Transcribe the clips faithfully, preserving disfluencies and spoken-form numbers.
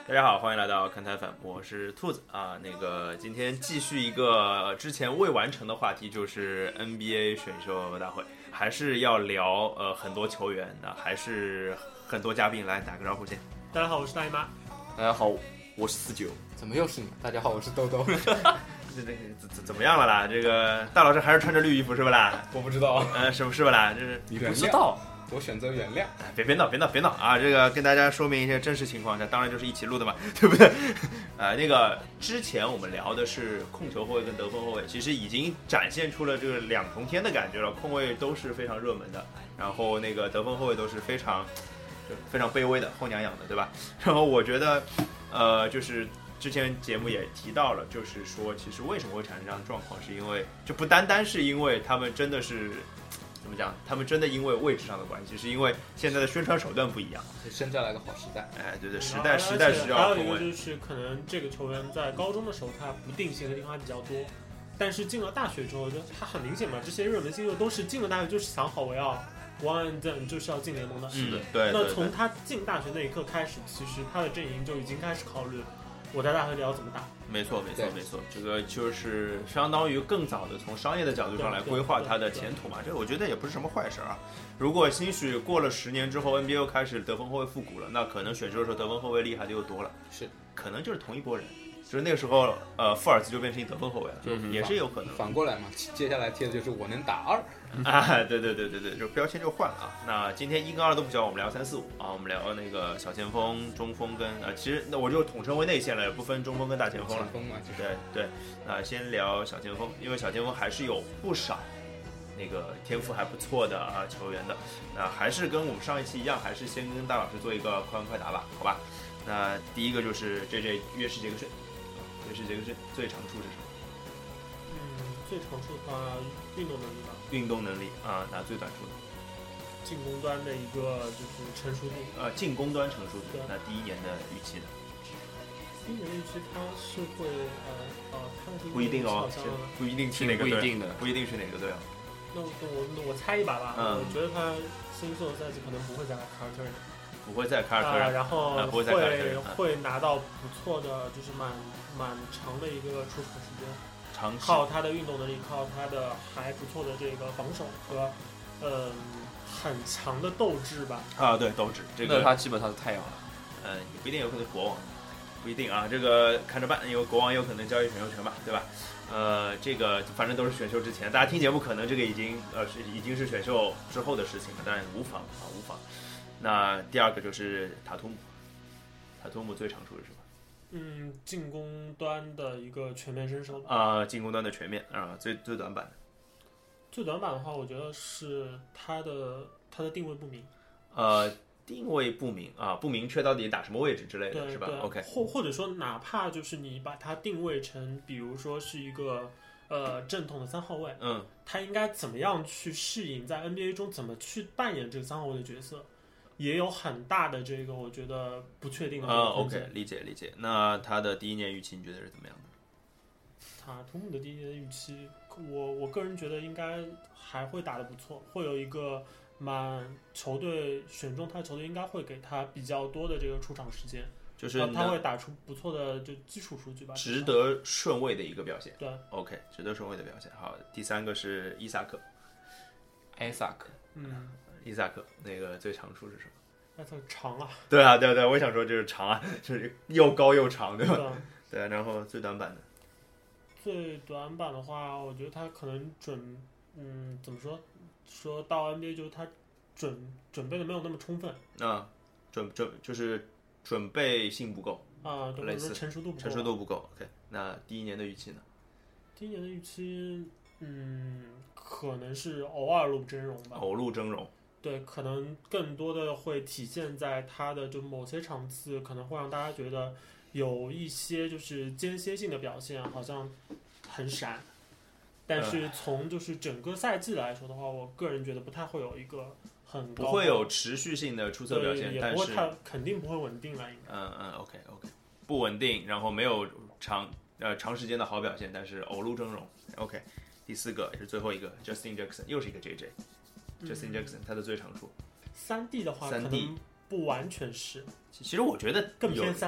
大家好，欢迎来到看台粉，我是兔子啊。那个今天继续一个之前未完成的话题，就是 N B A 选秀大会，还是要聊呃很多球员的，还是很多嘉宾来打个招呼先。 大家好，我是大姨妈。 大家好，我是四九。 怎么又是你？大家好，我是豆豆。 这这怎怎么样了啦？这个大老师还是穿着绿衣服是不啦？ 我不知道， 呃，是不是不啦？这是你不知道， 我选择原谅。 别别闹，别闹，别闹啊！这个跟大家说明一些真实情况，这当然就是一起录的嘛，对不对？呃，那个之前我们聊的是控球后卫跟得分后卫，其实已经展现出了这个两重天的感觉了。控卫都是非常热门的，然后那个得分后卫都是非常非常卑微的，后娘养的，对吧？然后我觉得，呃，就是之前节目也提到了，就是说，其实为什么会产生这样的状况，是因为就不单单是因为他们真的是。怎么讲？他们真的因为位置上的关系，是因为现在的宣传手段不一样， 生下来个好时代。 哎，对对，时代时代需要还有一个就是可能这个球员在高中的时候他不定型的地方还比较多，但是进了大学之后，就他很明显嘛，这些热门新秀都是进了大学就是想好我要 one and done 就是要进联盟的。 是的，对。 那从他进大学那一刻开始，其实他的阵营就已经开始考虑我在大学里要怎么打。 没错，没错，没错，这个就是相当于更早的从商业的角度上来规划他的前途嘛，这我觉得也不是什么坏事啊。如果兴许过了十年之后 ，N B A 又开始得分后卫复古了，那可能选秀的时候得分后卫厉害的又多了， 是， 可能就是同一波人，就是那个时候，呃，富尔兹就变成一得分后卫了，嗯、也是有可能。 反过来嘛，接下来贴的就是我能打二。 啊，对对对对对，就标签就换了啊。那今天一跟二都不教，我们聊三四五啊，我们聊那个小前锋、中锋跟呃，其实那我就统称为内线了，也不分中锋跟大前锋了。 前锋嘛，就是、 对对。那先聊小前锋，因为小前锋还是有不少那个天赋还不错的啊球员的。那还是跟我们上一期一样，还是先跟大老师做一个快问快答吧，好吧？那第一个就是 J J 约什杰克逊，约什杰克逊最长处是什么？ 最长处的话，运动能力吧。 运动能力啊，那最短处呢？ 进攻端的一个就是成熟度。 呃，进攻端成熟度。那第一年的预期呢？ 第一年的预期他是会呃呃，他的不一定哦，不一定去哪个队， 不一定的， 不一定去哪个队啊。 那我那我猜一把吧， 嗯、 我觉得他新秀赛季可能不会在凯尔特人。 不会在凯尔特人、 呃，然后啊、会会会拿到不错的，就是蛮蛮长的一个出场时间。靠他的运动能力，靠他的还不错的这个防守和，嗯，很强的斗志吧。 啊，对，斗志，这个那他基本上是太阳了。 嗯，也不一定有可能国王，不一定啊，这个看着办，因为国王有可能交易选秀权吧，对吧？呃，这个反正都是选秀之前，大家听节目可能这个已经呃是已经是选秀之后的事情了，但无妨啊，无妨。那第二个就是塔图姆，塔图姆最长处是什么？ 嗯，进攻端的一个全面身手啊、呃，进攻端的全面啊、呃，最最短板的， 最短板的话，我觉得是他的他的定位不明， 呃，定位不明啊，不明确到底打什么位置之类的，是吧 ？OK， 或或者说哪怕就是你把它定位成，比如说是一个呃正统的三号位， 嗯， 他应该怎么样去适应在 N B A 中怎么去扮演这个三号位的角色？也有很大的这个，我觉得不确定的啊。OK， 理解理解。那他的第一年预期你觉得是怎么样的？ 塔图姆的第一年的预期，我我个人觉得应该还会打得不错，会有一个蛮球队选中他的球队应该会给他比较多的这个出场时间， 就是他会打出不错的就基础数据吧， 值得顺位的一个表现。 对 ，OK， 值得顺位的表现。好，第三个是伊萨克， 艾萨克， 嗯。 伊萨克那个最长处是什么？ 那它长啊。 对啊，对对，我想说就是长啊，就是又高又长，对吧？ 对, 对，然后最短板的。 最短板的话，我觉得他可能准，嗯，怎么说？说到 N B A 就是他准准备的没有那么充分。 啊，准准就是准备性不够啊， 类似成熟度不够。 成熟度不够。OK， 那第一年的预期呢？ 第一年的预期，嗯，可能是偶尔露真容吧。 偶露真容。 对，可能更多的会体现在他的就某些场次，可能会让大家觉得有一些就是间歇性的表现，好像很闪。但是从就是整个赛季来说的话，我个人觉得不太会有一个很高， 不会有持续性的出色表现， 也不会太肯定不会稳定了。应该嗯嗯 OK OK， 不稳定，然后没有长呃长时间的好表现，但是偶露峥嵘。OK， 第四个也是最后一个 Justin Jackson， 又是一个 J J。Justin Jackson 他的最长处， 三 D 的话可能不完全是， 其实我觉得更偏三，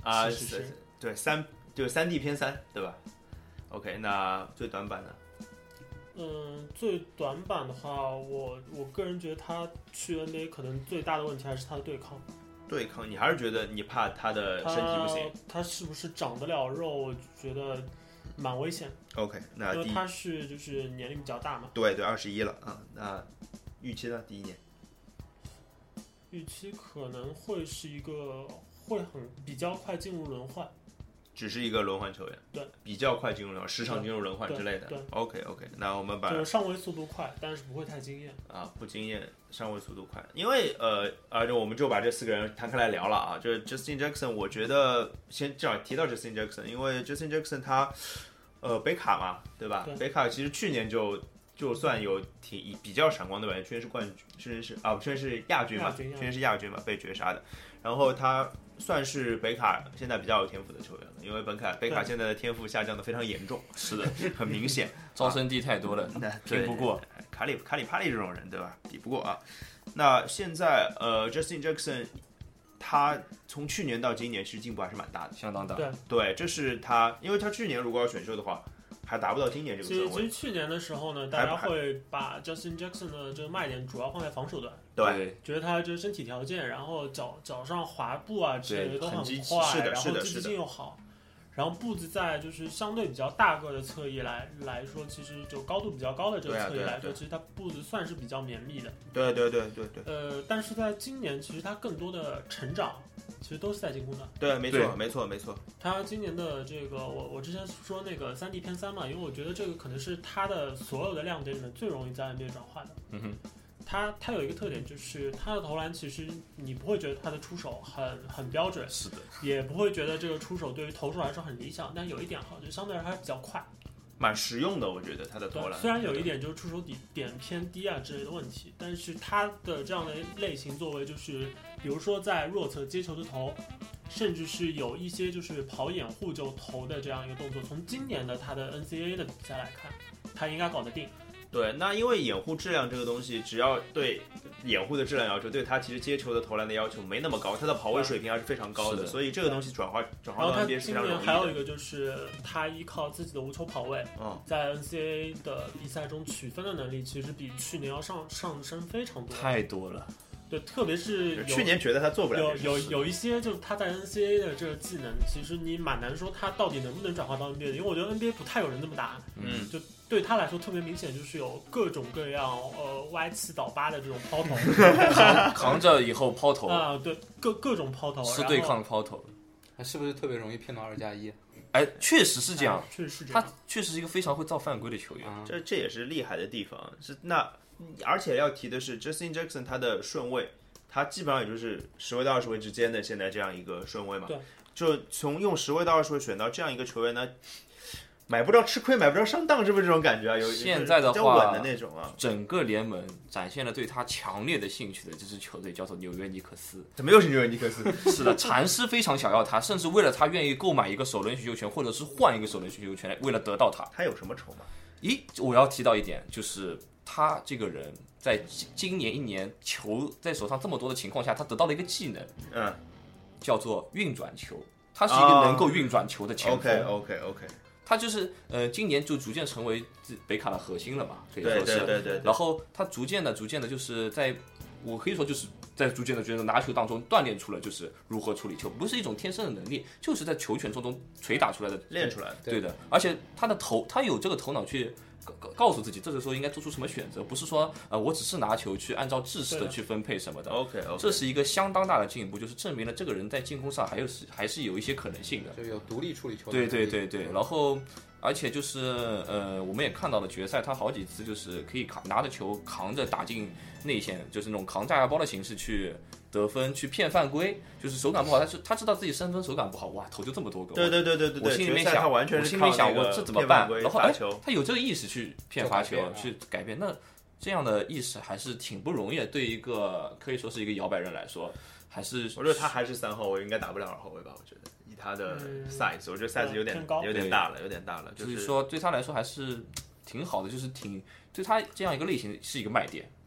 啊， 是是是对三就三 D 偏三，对吧 ？OK， 那最短板呢？ 嗯，最短板的话，我我个人觉得他去 N B A 可能最大的问题还是他的对抗。 对抗，你还是觉得你怕他的身体不行？ 他他是不是长得了肉？我觉得蛮危险。 OK， 那第因为他是就是年龄比较大嘛。 对对，二十一了啊。那预期呢？第一年预期可能会是一个会很比较快进入轮换。 只是一个轮换球员， 对， 比较快进入轮换，时常进入轮换之类的。 对对 OK OK， 那我们把就是上位速度快，但是不会太惊艳啊，不惊艳，上位速度快。因为呃，而且我们就把这四个人摊开来聊了啊。就是 Justin Jackson， 我觉得先正好提到 Justin Jackson， 因为 Justin Jackson 他呃北卡嘛，对吧？ 对北卡其实去年就就算有挺比较闪光的吧，去年是冠军，去年是啊，去年是亚军嘛， 亚军去年是亚军嘛，被绝杀的。然后他算是北卡现在比较有天赋的球员了，因为本卡北卡现在的天赋下降的非常严重， 是的， 很明显， 招生地太多了，拼不过。 卡里卡里帕利这种人，对吧？比不过啊。那现在呃 ，Justin Jackson 他从去年到今年其实进步还是蛮大的， 相当大。 对对，这是他，因为他去年如果要选秀的话，还达不到今年这个顺位。 其实其实去年的时候呢，大家会把 Justin Jackson 的这个卖点主要放在防守端， 对， 觉得他这个身体条件，然后脚脚上滑步啊之类的都很快， 是的， 然后积极性又好。然后步子在就是相对比较大个的侧翼来来说，其实就高度比较高的这个侧翼来说， 对啊对啊对其实它步子算是比较绵密的。 对对对对对。 呃，但是在今年，其实他更多的成长，其实都是在进攻端。 对，没错，没错，没错。 他今年的这个，我我之前说那个三 D 偏三嘛，因为我觉得这个可能是他的所有的亮点里面最容易在 N B A 转换的。 嗯哼。 他他有一个特点，就是他的投篮其实你不会觉得他的出手很很标准， 是的， 也不会觉得这个出手对于投手来说很理想，但有一点好，就相对来说还比较快， 蛮实用的，我觉得他的投篮。 虽然有一点就是出手底点偏低啊之类的问题，但是他的这样的类型作为就是比如说在弱侧接球就投，甚至是有一些就是跑掩护就投的这样一个动作，从今年的他的 N C A A 的比赛来看，他应该搞得定。 对，那因为掩护质量这个东西，只要对掩护的质量要求，对他其实接球的投篮的要求没那么高，他的跑位水平还是非常高的， 的所以这个东西转化转化到 N B A 是非常容易的。 然后他今年还有一个就是他依靠自己的无球跑位， 嗯、 在 N C A A 的比赛中取分的能力，其实比去年要上上升非常多， 太多了。 对，特别是去年觉得他做不了有有有一些，就是他在 N C A A 的这个技能，其实你蛮难说他到底能不能转化到 N B A 的，因为我觉得 N B A 不太有人这么打， 嗯， 就对他来说特别明显，就是有各种各样呃歪七倒八的这种抛投， 扛扛着以后抛投啊，对，各各种抛投， 是对抗抛投， 他是不是特别容易骗到二加一？ 哎，确实是这样， 确实是这样， 他确实是一个非常会造犯规的球员， 啊、 这这也是厉害的地方。是那而且要提的是 ，Justin Jackson 他的顺位。他基本上也就是十位到二十位之间的现在这样一个顺位嘛， 对， 就从用十位到二十位选到这样一个球员呢，买不着吃亏，买不着上当，是不是这种感觉啊？有现在的话， 比较稳的那种啊。 整个联盟展现了对他强烈的兴趣的这支球队叫做纽约尼克斯。 怎么又是纽约尼克斯？ 是的，禅师非常想要他，甚至为了他愿意购买一个首轮选秀权，或者是换一个首轮选秀权，为了得到他。 他有什么筹码？ 咦，我要提到一点，就是他这个人。在今年一年球在手上这么多的情况下，他得到了一个技能， 嗯， 叫做运转球。他是一个能够运转球的前锋。 OK OK OK。 他就是呃，今年就逐渐成为北卡的核心了嘛，可以说是。 对对对 对, 对。 然后他逐渐的、逐渐的，就是在我可以说就是在逐渐的、逐渐的拿球当中锻炼出了就是如何处理球，不是一种天生的能力，就是在球权中中捶打出来的， 练出来的。 对的，而且他的头，他有这个头脑去。告告诉自己，这个时候应该做出什么选择，不是说呃，我只是拿球去按照制式的去分配什么的。 OK OK， 这是一个相当大的进步，就是证明了这个人在进攻上还有是还是有一些可能性的， 就有独立处理球的。 对对对对，然后而且就是呃，我们也看到了决赛，他好几次就是可以扛拿着球扛着打进内线，就是那种扛炸药包的形式去。得分去骗犯规，就是手感不好，他是他知道自己身分手感不好，哇，投就这么多个。 对对对对对， 我心里面想， 他完全是我心里面想，我这怎么办？然后哎，他有这个意识去骗罚球，去改变。那这样的意识还是挺不容易的，对一个可以说是一个摇摆人来说，还是我觉得他还是三后卫，应该打不了二后卫吧？我觉得以他的 size，、嗯、我觉得 size 有点有点大了，有点大了。 就是说对他来说还是挺好的，就是挺对他这样一个类型是一个卖点。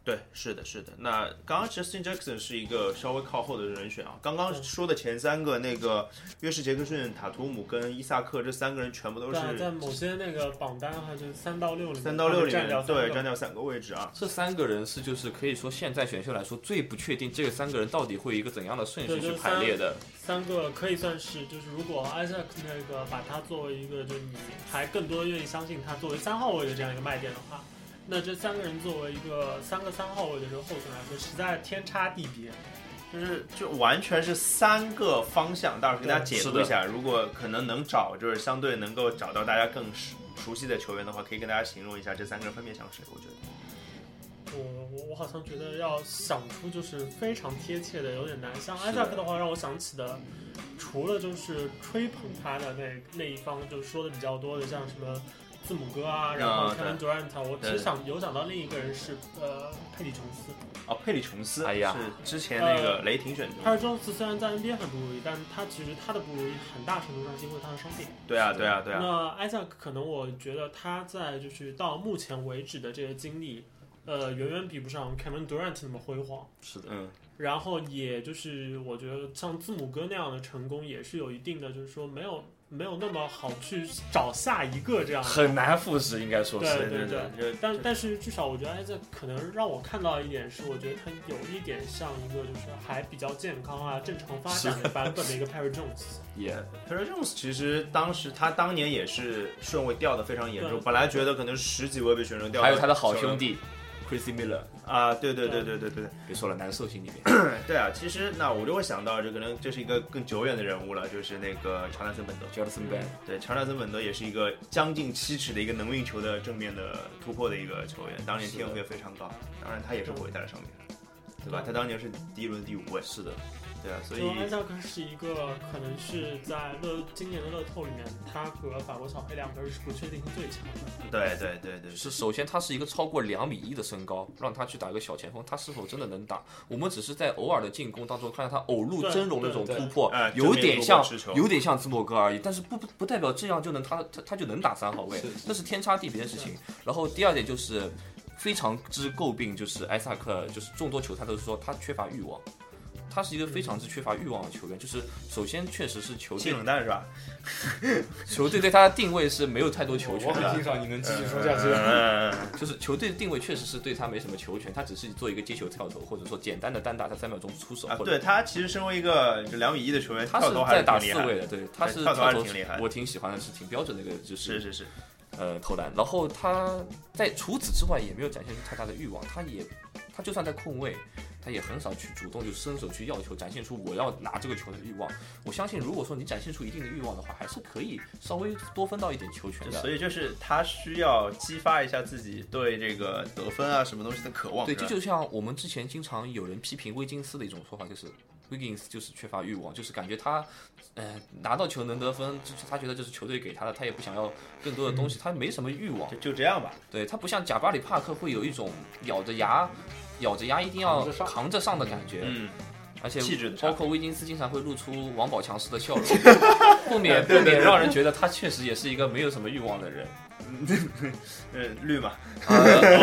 对，是的，是的。那刚刚 Justin Jackson 是一个稍微靠后的人选啊。刚刚说的前三个，那个约什杰克逊、塔图姆跟伊萨克这三个人全部都是对，在某些那个榜单的话，就是三到六里面， 三到六里面对占占掉三个位置啊。 这三个人是就是可以说现在选秀来说最不确定这三个人到底会以一个怎样的顺序去排列的。 三个可以算是就是如果 Isaac 那个把他作为一个就你还更多愿意相信他作为三号位的这样一个卖点的话。那这三个人作为一个三个三号位的这个候选来说，实在天差地别， 就是就完全是三个方向。待会儿给大家解读一下，如果可能能找就是相对能够找到大家更熟悉的球员的话，可以跟大家形容一下这三个人分别像谁？我觉得， 我我我好像觉得要想出就是非常贴切的有点难。像艾萨克的话，让我想起的，除了就是吹捧他的那那一方，就说的比较多的，像什么。字母哥啊，然后 Kevin Durant，、嗯、我其实想有想到另一个人是呃佩里琼斯。 哦，佩里琼斯， 哎呀， 是之前那个雷霆选中。 佩里琼斯虽然在 N B A 很不如意，但他其实他的不如意很大程度上是因为他的伤病。 对啊，对啊，对啊。 那艾萨克可能我觉得他在就是到目前为止的这个经历，呃，远远比不上 Kevin Durant 那么辉煌。 是的， 嗯。 然后也就是我觉得像字母哥那样的成功，也是有一定的就是说没有。没有那么好去找下一个这样的， 很难复制，应该说是。 对对 对, 对, 对但但是至少我觉得，哎，这可能让我看到一点是，我觉得他有一点像一个就是还比较健康啊、正常发展的版本的一个 Perry Jones。 也 Perry Jones 其实当时他当年也是顺位掉的非常严重，本来觉得可能十几位被选中掉， 还有他的好兄弟。Chrissy Miller 啊，对对对对对对， 别说了，难受心里面。 对啊，其实那我就会想到，这可能这是一个更久远的人物了，就是那个乔纳森本德 ，Jonathan Bell。 对，乔纳森本德也是一个将近七尺的一个能运球的正面的突破的一个球员，当年天赋也非常高，当然他也是毁在了上面，对吧？他当年是第一轮第五位。 是的。 对啊，所以艾萨克是一个可能是在乐今年的乐透里面，他和法国小黑两个人是不确定性最强的。 对对对对， 是首先他是一个超过两米一的身高，让他去打一个小前锋，他是否真的能打？我们只是在偶尔的进攻当中看到他偶入真容的这种突破，有点像有点像字母哥而已，但是不不不代表这样就能他他他就能打三号位，那是天差地别的事情。然后第二点就是非常之诟病，就是艾萨克，就是众多球探都是说他缺乏欲望。他是一个非常之缺乏欲望的球员，就是首先确实是球队性冷淡是吧？ 球队对他的定位是没有太多球权的。 我很欣赏你能继续说下去。 嗯、就是球队的定位确实是对他没什么球权，他只是做一个接球跳投，或者说简单的单打，他三秒钟出手。 啊，对他其实身为一个两米一的球员， 他是在打四位的，对，他是跳投还是挺厉害， 我挺喜欢的，是挺标准的一个，就是是是是， 呃投篮。然后他在除此之外也没有展现出太大的欲望，他也他就算在控卫。他也很少去主动就伸手去要球，展现出我要拿这个球的欲望。我相信，如果说你展现出一定的欲望的话，还是可以稍微多分到一点球权的。 所以就是他需要激发一下自己对这个得分啊什么东西的渴望。 对，这就像我们之前经常有人批评威金斯的一种说法，就是威金斯就是缺乏欲望，就是感觉他，呃，拿到球能得分，就是他觉得这是球队给他的，他也不想要更多的东西，嗯、他没什么欲望。 就就这样吧。 对，他不像贾巴里帕克会有一种咬着牙。咬着牙一定要扛着上的感觉， 嗯， 而且气质包括威金斯经常会露出王宝强式的笑容，不免不免让人觉得他确实也是一个没有什么欲望的人。 嗯，绿嘛， 啊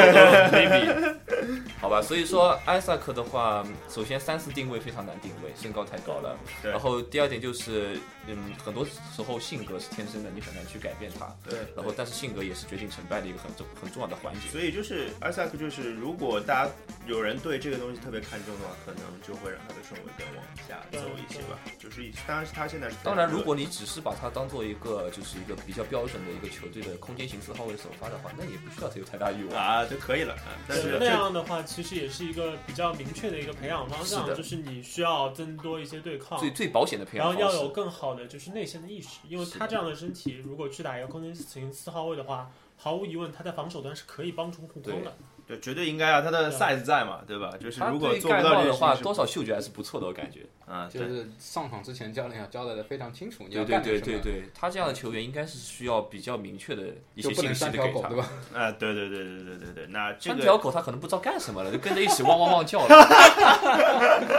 ，maybe， 好吧。所以说，艾萨克的话，首先三四定位非常难定位，身高太高了。然后第二点就是，嗯，很多时候性格是天生的，你很难去改变他。 对。 然后，但是性格也是决定成败的一个很重很重要的环节。 所以就是艾萨克，就是如果大家有人对这个东西特别看重的话，可能就会让他的顺位更往下走一些吧。就是当然，他现在是当然，如果你只是把他当做一个就是一个比较标准的一个球队的空间型四号位首发的话，那也不需要他有太大欲望啊，就可以了。但是那样的话，其实也是一个比较明确的一个培养方向，就是你需要增多一些对抗， 最最保险的培养方式， 然后要有更好的就是内线的意识，因为他这样的身体，如果去打一个空间型四号位的话，毫无疑问他在防守端是可以帮助护框的。 对，绝对应该啊，他的 size 在嘛，对吧？就是如果做不到的话，多少嗅觉还是不错的，我感觉。 啊， 就是上场之前教练要交代的非常清楚，你要干什么。对对对对对，他这样的球员应该是需要比较明确的一些信息的给他， 对吧？ 啊，对对对对对对对，那这个三条狗他可能不知道干什么了，就跟着一起汪汪汪叫了。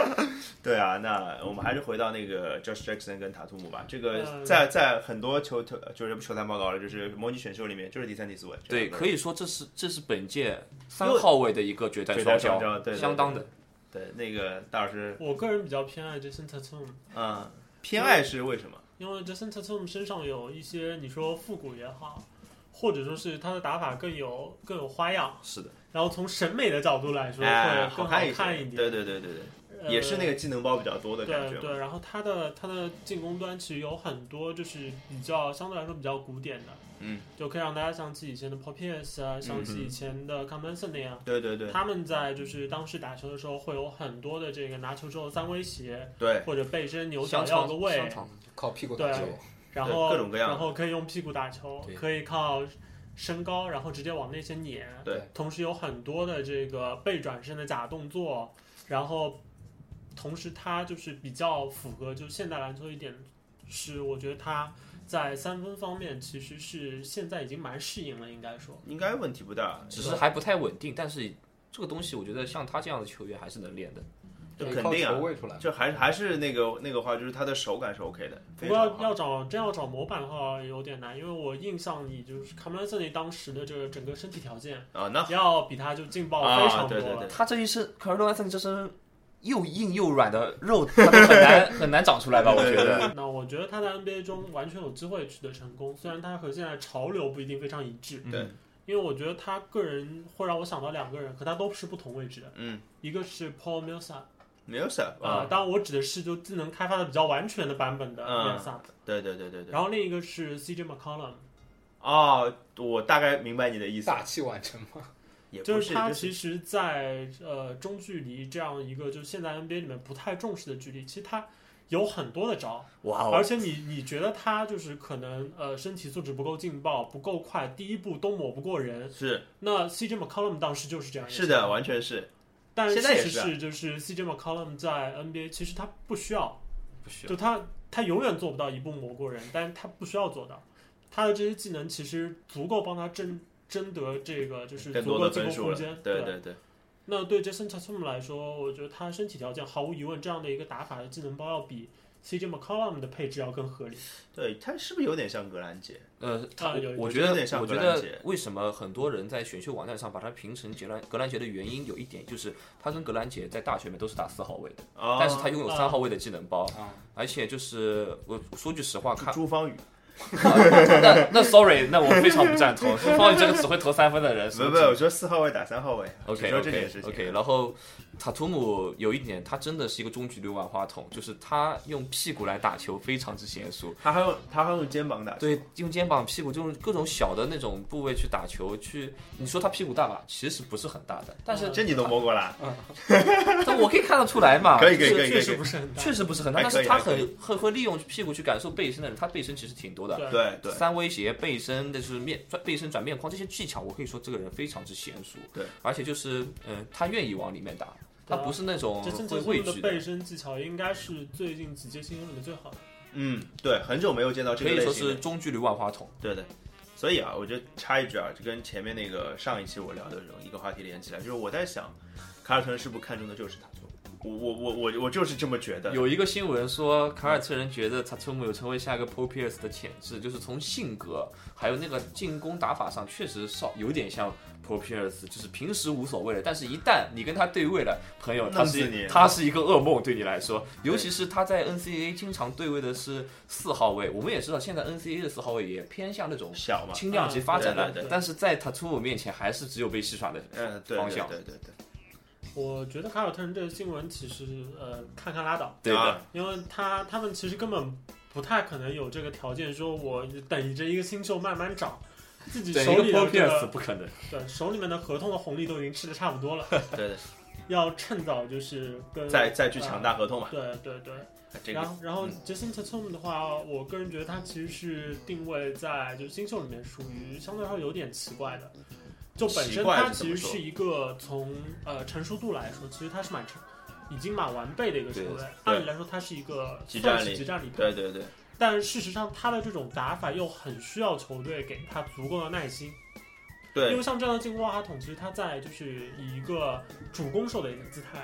对啊，那我们还是回到那个 Josh Jackson 跟塔图姆吧。这个嗯在在很多球球就是球探报告了，就是模拟选秀里面就是第三、第四位。 对，可以以说这是这是本届三号位的一个绝代绝代双双骄对对对相当的。 对那个大老师， 我个人比较偏爱 Jason Tatum， 嗯，偏爱是为什么？ 因为 Jason Tatum 身上有一些你说复古也好，或者说是他的打法更有更有花样， 是的， 然后从审美的角度来说哎， 会更看看一点。 对对对对对， 呃也是那个技能包比较多的感觉嘛。 对对，然后他的他的进攻端其实有很多就是比较相对来说比较古典的， 嗯， 就可以让大家想起以前的 Paul Pierce 啊，想起以前的 Carmelo 那样。 对对对他们在就是当时打球的时候会有很多的这个拿球之后三威胁， 对， 或者背身扭脚香肠要个位香，肠靠屁股打球， 然后各种各样的然后可以用屁股打球对， 可以靠身高，然后直接往内线撵。 对， 同时有很多的这个背转身的假动作，然后同时他就是比较符合就现代篮球一点，是我觉得他在三分方面其实是现在已经蛮适应了，应该说。 应该问题不大， 只是还不太稳定。但是这个东西，我觉得像他这样的球员还是能练的。 就对肯定啊靠球位出来， 就还还是那个那个话，就是他的手感是 OK 的。 不过要非常好要找真要找模板的话有点难，因为我印象里就是 Carmelo 当时的这个整个身体条件啊，那要比他就劲爆啊非常多了。 对对对他这一身，卡尔多安森这身又硬又软的肉，他都很难很难长出来吧？我觉得。 那我觉得他在 N B A 中完全有机会取得成功，虽然他和现在潮流不一定非常一致。 对， 因为我觉得他个人会让我想到两个人，可他都是不同位置的。 嗯， 一个是 Paul Millsap， 没有啥啊、 啊， 当然我指的是就技能开发的比较完全的版本的嗯 Millsap，、 对对对对对。 然后另一个是 C J McCollum， 哦，我大概明白你的意思， 大器晚成嘛。 也不就是他就是其实在，呃中距离这样一个就是现在 N B A 里面不太重视的距离，其实他有很多的招， 哇哦！ 而且你你觉得他就是可能呃身体素质不够劲爆，不够快，第一步都抹不过人。 是那 C J McCollum 当时就是这样一个是的，完全是。 但现在也是啊事实是，就是 C J McCollum 在 N B A 其实他不需要， 不需要就他他永远做不到一步抹过人，但是他不需要做到，他的这些技能其实足够帮他争争得这个就是更足够进多的分数了攻空间。， 对对对， 那对 Jason Tatum 来说，我觉得他身体条件毫无疑问，这样的一个打法的技能包要比 C J McCollum 的配置要更合理。 对他是不是有点像格兰杰？ 呃， 啊有我我觉得觉得有点像我觉得格兰杰为什么很多人在选秀网站上把他评成格兰格兰杰的原因，有一点就是他跟格兰杰在大学里面都是打四号位的， 哦， 但是他拥有三号位的技能包， 啊而且就是我说句实话，看朱芳雨， 那那 sorry，那我非常不赞同，朱芳雨这个只会投三分的人， 不不，我说四号位打三号位只 OK 说这 OK 件事情。 OK，然后塔图姆有一点，他真的是一个中距离万花筒，就是他用屁股来打球非常之娴熟。 他还用他还用肩膀打球， 对，用肩膀、屁股，这种各种小的那种部位去打球，去你说他屁股大吧，其实不是很大的，但是这你都摸过了， 但我可以看得出来嘛， 可以可以就是可以确实不是很大。 确实不是很大， 还可以但是他还可以很很会利用屁股去感受背身的人，他背身其实挺多的。 对对对三威胁、背身，的就是面转背身转面框这些技巧，我可以说这个人非常之娴熟。 对， 而且就是嗯，他愿意往里面打，他不是那种 Jason 会畏 Tatum 的惧背身技巧应该是最近几届新秀里面最好的。 嗯，对，很久没有见到这可以说个类型的， 是中距离万花筒。 对的。所以啊，我就插一句啊，就跟前面那个上一期我聊的这种一个话题连起来，就是我在想，凯尔特人是不是看中的就是塔图？我我我我我就是这么觉得。 有一个新闻说，凯尔特人觉得塔图姆有成为下一个 Paul Pierce 的潜质，就是从性格还有那个进攻打法上，确实稍有点像 Paul Pierce，就是平时无所谓的，但是一旦你跟他对位了，朋友，他弄死你是他是一个噩梦对你来说，尤其是他在 N C A A 经常对位的是四号位，我们也知道现在 N C A A 的四号位也偏向那种小嘛， 轻量级发展的， 嗯对对对但是在塔图姆面前还是只有被戏耍的嗯，对方向对对对对我觉得凯尔特人这个新闻其实呃看看拉倒， 对的。 啊因为他他们其实根本不太可能有这个条件，说我等着一个新秀慢慢长，自己对，一个手里的 Paul 这 Pierce 个不可能。 对手里面的合同的红利都已经吃的差不多了， 对对， 要趁早就是跟再再去抢大合同嘛。 对对对。 这个然后，然后嗯 Jason Tatum 的话，我个人觉得他其实是定位在就是新秀里面属于相对来说有点奇怪的。就本身奇怪他是怎么说其实是一个从呃成熟度来说，其实他是蛮成，已经蛮完备的一个球员。按理来说，他是一个集战力算是集战力派， 对对对但事实上他的这种打法又很需要球队给他足够的耐心。因对为像这样的进攻万花筒，其实他在就是以一个主攻手的一个姿态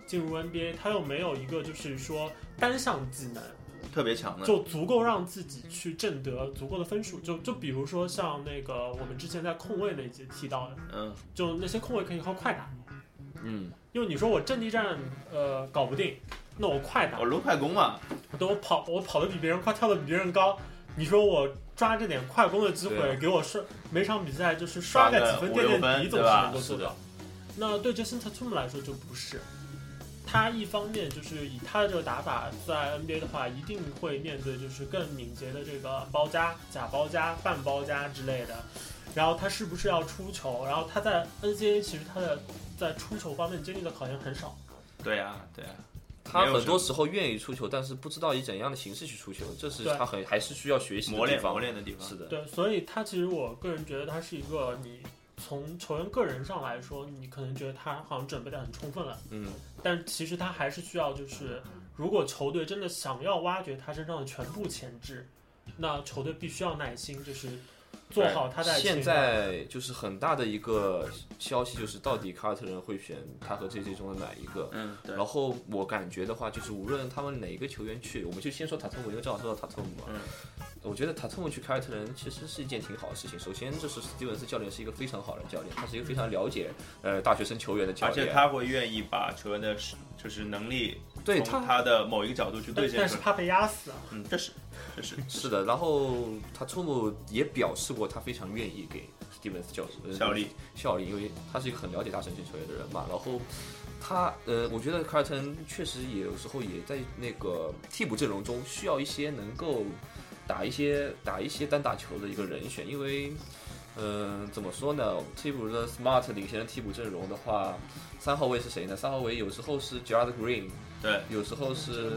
进入 N B A， 他又没有一个就是说单项技能特别强的， 就足够让自己去挣得足够的分数。就就比如说像那个我们之前在控卫那一节提到的， 嗯， 就那些控卫可以靠快打， 嗯， 因为你说我阵地战呃搞不定，那我快打， 我撸快攻嘛， 等我跑我跑得比别人快，跳得比别人高，你说我抓这点快攻的机会，给我刷每场比赛就是刷个几分垫垫底，总是能够做到。那对 Jason Tatum 来说就不是。他一方面就是以他的这个打法，在 N B A 的话，一定会面对就是更敏捷的这个包夹、假包夹、半包夹之类的。然后他是不是要出球？然后他在 N C A A 其实他的在出球方面经历的考验很少。 对呀、啊，对呀、啊。 他很多时候愿意出球，但是不知道以怎样的形式去出球，这是他很还是需要学习的地方磨练磨练的地方。 是的， 对，所以他其实我个人觉得他是一个你。从球员个人上来说，你可能觉得他好像准备的很充分了， 嗯， 但其实他还是需要，就是如果球队真的想要挖掘他身上的全部潜质，那球队必须要耐心，就是做好他在现在就是很大的一个消息，就是到底凯尔特人会选他和 J J 中的哪一个？ 嗯，对。 然后我感觉的话，就是无论他们哪个球员去，我们就先说塔特姆，因为正好说到塔特姆嘛。 嗯。 我觉得塔特姆去凯尔特人其实是一件挺好的事情。首先，就是史蒂文斯教练是一个非常好的教练，他是一个非常了解呃大学生球员的教练， 而且他会愿意把球员的就是能力对从他的某一个角度去兑现出来， 但是怕被压死啊。 嗯，这是这是是的。然后塔特姆也表示过，他非常愿意给史蒂文斯教授效力效力，因为他是一个很了解大神级球员的人嘛。然后他呃，我觉得凯尔特人确实也有时候也在那个替补阵容中需要一些能够打一些打一些单打球的一个人选，因为嗯、呃，怎么说呢？替补的 Smart 领衔的替补阵容的话，三号位是谁呢？三号位有时候是 Gerald Green， 对， 有时候是。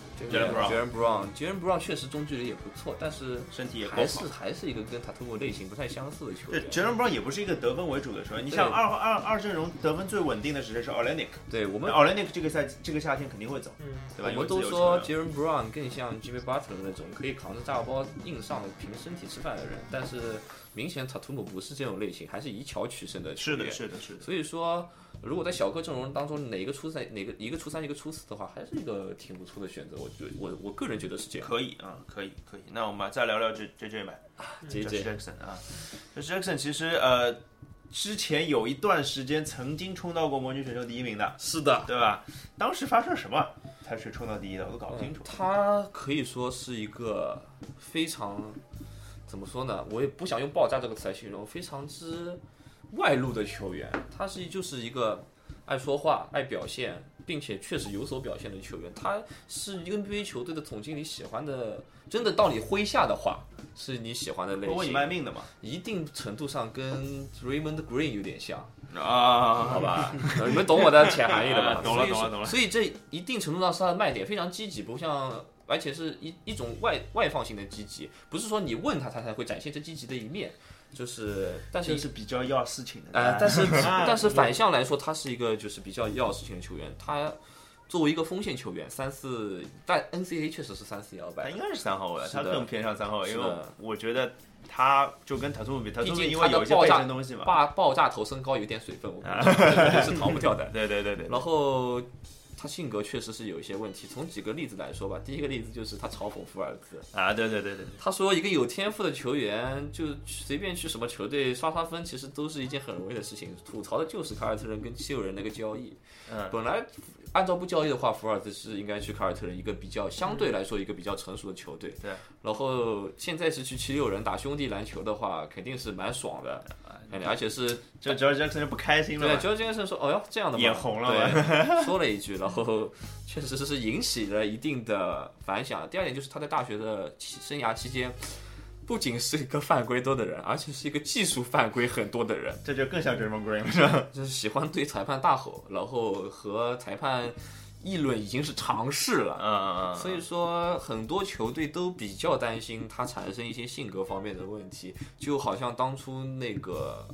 Jalen Brown，Jalen Brown 确实中距离也不错，但是身体也还是还是一个跟塔图姆类型不太相似的球员。 对 ，Jalen Brown 也不是一个得分为主的球员。你像二二二阵容得分最稳定的是谁？是 Olynyk。 对我们 Olynyk 这个赛这个夏天肯定会走， 嗯， 对吧？ 我们都说 Jalen Brown 更像 Jimmy Butler 那种可以扛着炸药包硬上的凭身体吃饭的人，但是明显塔图姆不是这种类型，还是以巧取胜的球员。 是的，是的，是的。 所以说。如果在小个阵容当中哪一个出赛，哪个一个出三一个出四的话，还是一个挺不错的选择。我觉得我我个人觉得是这样。 可以啊、嗯，可以可以。那我们再聊聊这 J J 吧 ，J J Jackson 啊 ，J Jackson 其实呃之前有一段时间曾经冲到过魔女选秀第一名的， 是的， 对吧？当时发生了什么才是冲到第一的，我都搞不清楚。 嗯、他可以说是一个非常怎么说呢？我也不想用爆炸这个词来形容，非常之。外露的球员，他是就是一个爱说话、爱表现，并且确实有所表现的球员。他是 N B A 球队的总经理喜欢的，真的到你麾下的话，是你喜欢的类型。 为你卖命的嘛， 一定程度上跟 Raymond Green 有点像啊， 好吧？你们懂我的潜含义的吧？ 懂了，懂了，懂了。 所以这一定程度上是他的卖点，非常积极，不像。而且是一一种外外放性的积极，不是说你问他，他才会展现这积极的一面。就是，但是是比较要事情的。 呃，但是但是反向来说，他是一个就是比较要事情的球员。他作为一个锋线球员，三四在 N C A A 确实是三四摇摆， 他应该是三号位，他更偏向三号位，因为我觉得他就跟塔图姆比，塔图姆因为有一些背身东西嘛， 爆爆炸头身高有点水分，我这是逃不掉的。 对对对对。 然后。他性格确实是有一些问题，从几个例子来说吧。第一个例子就是他嘲讽福尔兹啊，对对对对， 他说一个有天赋的球员就随便去什么球队刷刷分，其实都是一件很容易的事情。吐槽的就是凯尔特人跟七六人那个交易， 嗯， 本来按照不交易的话，福尔兹是应该去凯尔特人一个比较相对来说一个比较成熟的球队， 对。 然后现在是去七六人打兄弟篮球的话，肯定是蛮爽的。而且是， 就 George Jackson 就不开心了。 对 ，George Jackson 说：“哦哟，这样的吗？” 眼红了对，说了一句，然后确实是引起了一定的反响。第二点就是他在大学的生涯期间，不仅是一个犯规多的人，而且是一个技术犯规很多的人。 这就更像 Draymond Green 是吧？ 就是喜欢对裁判大吼，然后和裁判议论已经是常事了。 嗯嗯嗯。 所以说，很多球队都比较担心他产生一些性格方面的问题，就好像当初那个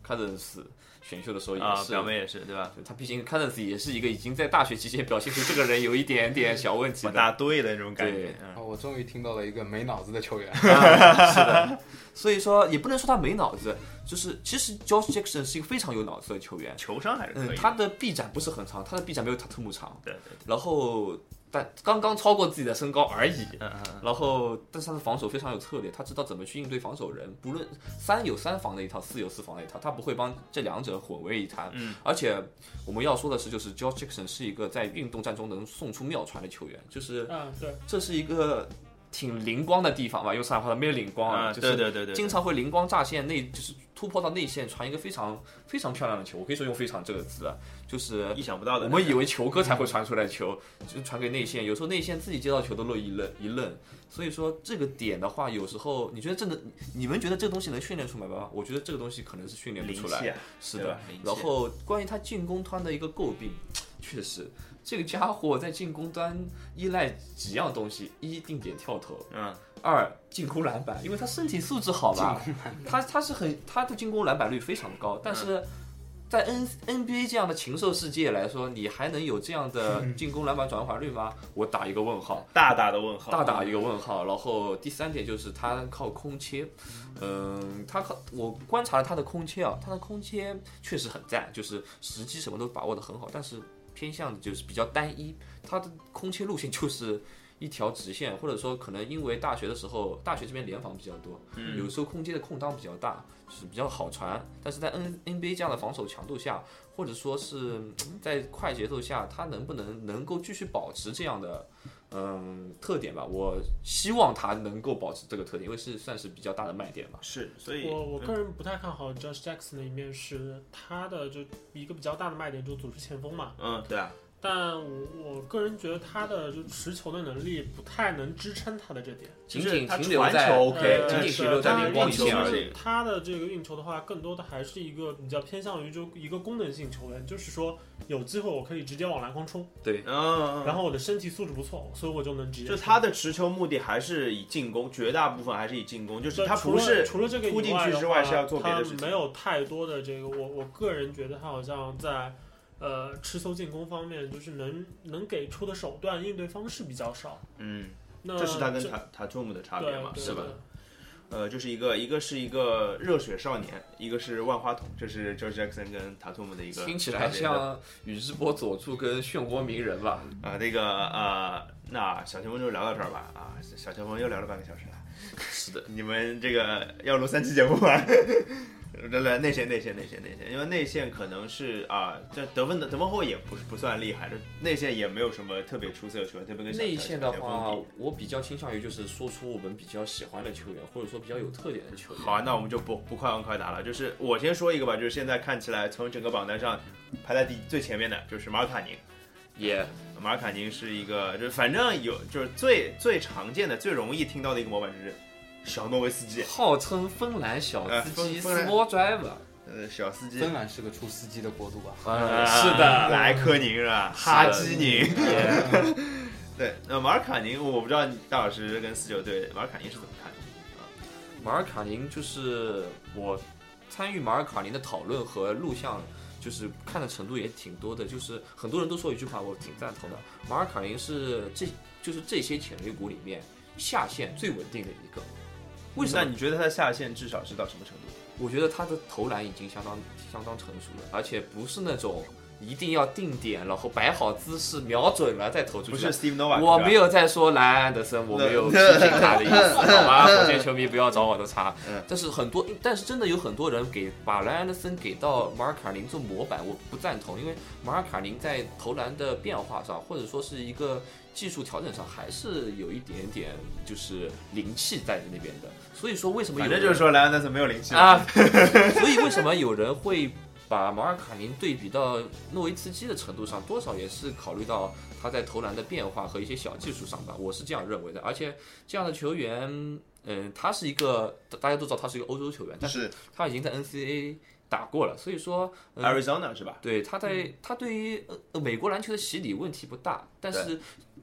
Cousins 选秀的时候也啊， 是， 表妹也是对吧？ 他毕竟 Cousins 也是一个已经在大学期间表现出这个人有一点点小问题的。 往大队的那种感觉对。 嗯哦，我终于听到了一个没脑子的球员。 啊，是的，所以说也不能说他没脑子，就是其实 Josh Jackson 是一个非常有脑子的球员。 球商还是可以的。 嗯，他的臂展不是很长，他的臂展没有塔图姆长， 对对对。 然后但刚刚超过自己的身高而已。 嗯嗯。 然后，但是他的防守非常有策略，他知道怎么去应对防守人，不论三有三防的一套，四有四防的一套，他不会帮这两者混为一谈。 嗯。 而且我们要说的是，就是 Josh Jackson 是一个在运动战中能送出妙传的球员，就是啊，对， 这是一个挺灵光的地方吧，用上海话没有灵光啊， 就是对对对对， 经常会灵光乍现，内就是突破到内线传一个非常非常漂亮的球，我可以说用非常这个词啊，就是意想不到的。 我们以为球哥才会传出来球，就传给内线，有时候内线自己接到球都落一愣一愣。所以说这个点的话，有时候你觉得真的，你们觉得这个东西能训练出来吗？我觉得这个东西可能是训练不出来。 啊、 是的。然后关于他进攻端的一个诟病，确实。这个家伙在进攻端依赖几样东西：一定点跳投， 嗯， 二进攻篮板，因为他身体素质好吧，他他是很他的进攻篮板率非常高，但是在 N N B A 这样的禽兽世界来说，你还能有这样的进攻篮板转换率吗？我打一个问号， 大大的问号， 大打一个问号。然后第三点就是他靠空切，嗯，他靠我观察了他的空切啊，他的空切确实很赞，就是时机什么都把握得很好，但是偏向的就是比较单一，他的空切路线就是一条直线，或者说可能因为大学的时候，大学这边联防比较多， 嗯、 有时候空接的空当比较大，就是比较好传。但是在 N NBA 这样的防守强度下，或者说是在快节奏下，他能不能能够继续保持这样的嗯特点吧？我希望他能够保持这个特点，因为是算是比较大的卖点吧。 是，所以我我个人不太看好 Josh Jackson 的一面是他的就一个比较大的卖点就是组织前锋嘛。 嗯，对啊。 但我我个人觉得他的就持球的能力不太能支撑他的这点， 仅仅停留在在 OK， 仅仅停留在灵光一线而已。 他的这个运球的话，更多的还是一个比较偏向于就一个功能性球员，就是说有机会我可以直接往篮筐冲， 对， 嗯，然后我的身体素质不错，所以我就能直接。 就他的持球目的还是以进攻，绝大部分还是以进攻，就是他不是除了这个突进去之外是要做别的事情， 他没有太多的这个，我我个人觉得他好像在。呃，持球进攻方面，就是能能给出的手段、应对方式比较少。 嗯， 那这是他跟塔塔图姆的差别嘛， 是吧？ 呃，就是一个一个是一个热血少年，一个是万花筒，这是 Josh Jackson 跟塔图姆的一个。 听起来像宇智波佐助跟漩涡鸣人吧？ 啊、呃，那个呃，那小前锋就聊到这儿吧。啊，小前锋又聊了半个小时了。 是的， 你们这个要录三期节目吗？来来，内线内线内线内线，因为内线可能是啊，这得分的得分后卫也不是不算厉害的，内线也没有什么特别出色的球员，特别跟内线的话，我比较倾向于就是说出我们比较喜欢的球员，或者说比较有特点的球员。 好啊，那我们就不不快问快答了，就是我先说一个吧，就是现在看起来从整个榜单上排在第最前面的就是马尔卡宁， 也、yeah. 马尔卡宁是一个，就是反正有就是最最常见的、最容易听到的一个模板就是。小诺维斯基， 号称芬兰小司机 ，small driver， 呃，小司机。 芬兰是个出司机的国度吧？ 呃，是的， 莱科宁是吧？哈基宁。对，那马尔卡宁，我不知道大老师跟四九对马尔卡宁是怎么看的？ 马尔卡宁就是我参与马尔卡宁的讨论和录像，就是看的程度也挺多的。就是很多人都说一句话，我挺赞同的。马尔卡宁是这就是这些潜力股里面下限最稳定的一个。为什么？ 那你觉得他的下限至少是到什么程度？ 我觉得他的投篮已经相当相当成熟了，而且不是那种一定要定点，然后摆好姿势瞄准了再投出去。 不是 Steve Novak， 我没有在说莱安德森，我没有批评他的意思，好吧？火箭球迷不要找我的茬。但是很多，但是真的有很多人给把莱安德森给到马尔卡宁做模板，我不赞同，因为马尔卡宁在投篮的变化上，或者说是一个技术调整上，还是有一点点就是灵气在那边的。所以说为什么有人反正就是说莱安德森没有灵气啊？所以为什么有人会把马尔卡宁对比到诺维茨基的程度上，多少也是考虑到他在投篮的变化和一些小技术上吧，我是这样认为的。而且这样的球员，嗯，他是一个大家都知道他是一个欧洲球员，但是他已经在 N C A A 打过了，所以说、嗯、 Arizona 是吧？ 对，他在他对于呃美国篮球的洗礼问题不大，但是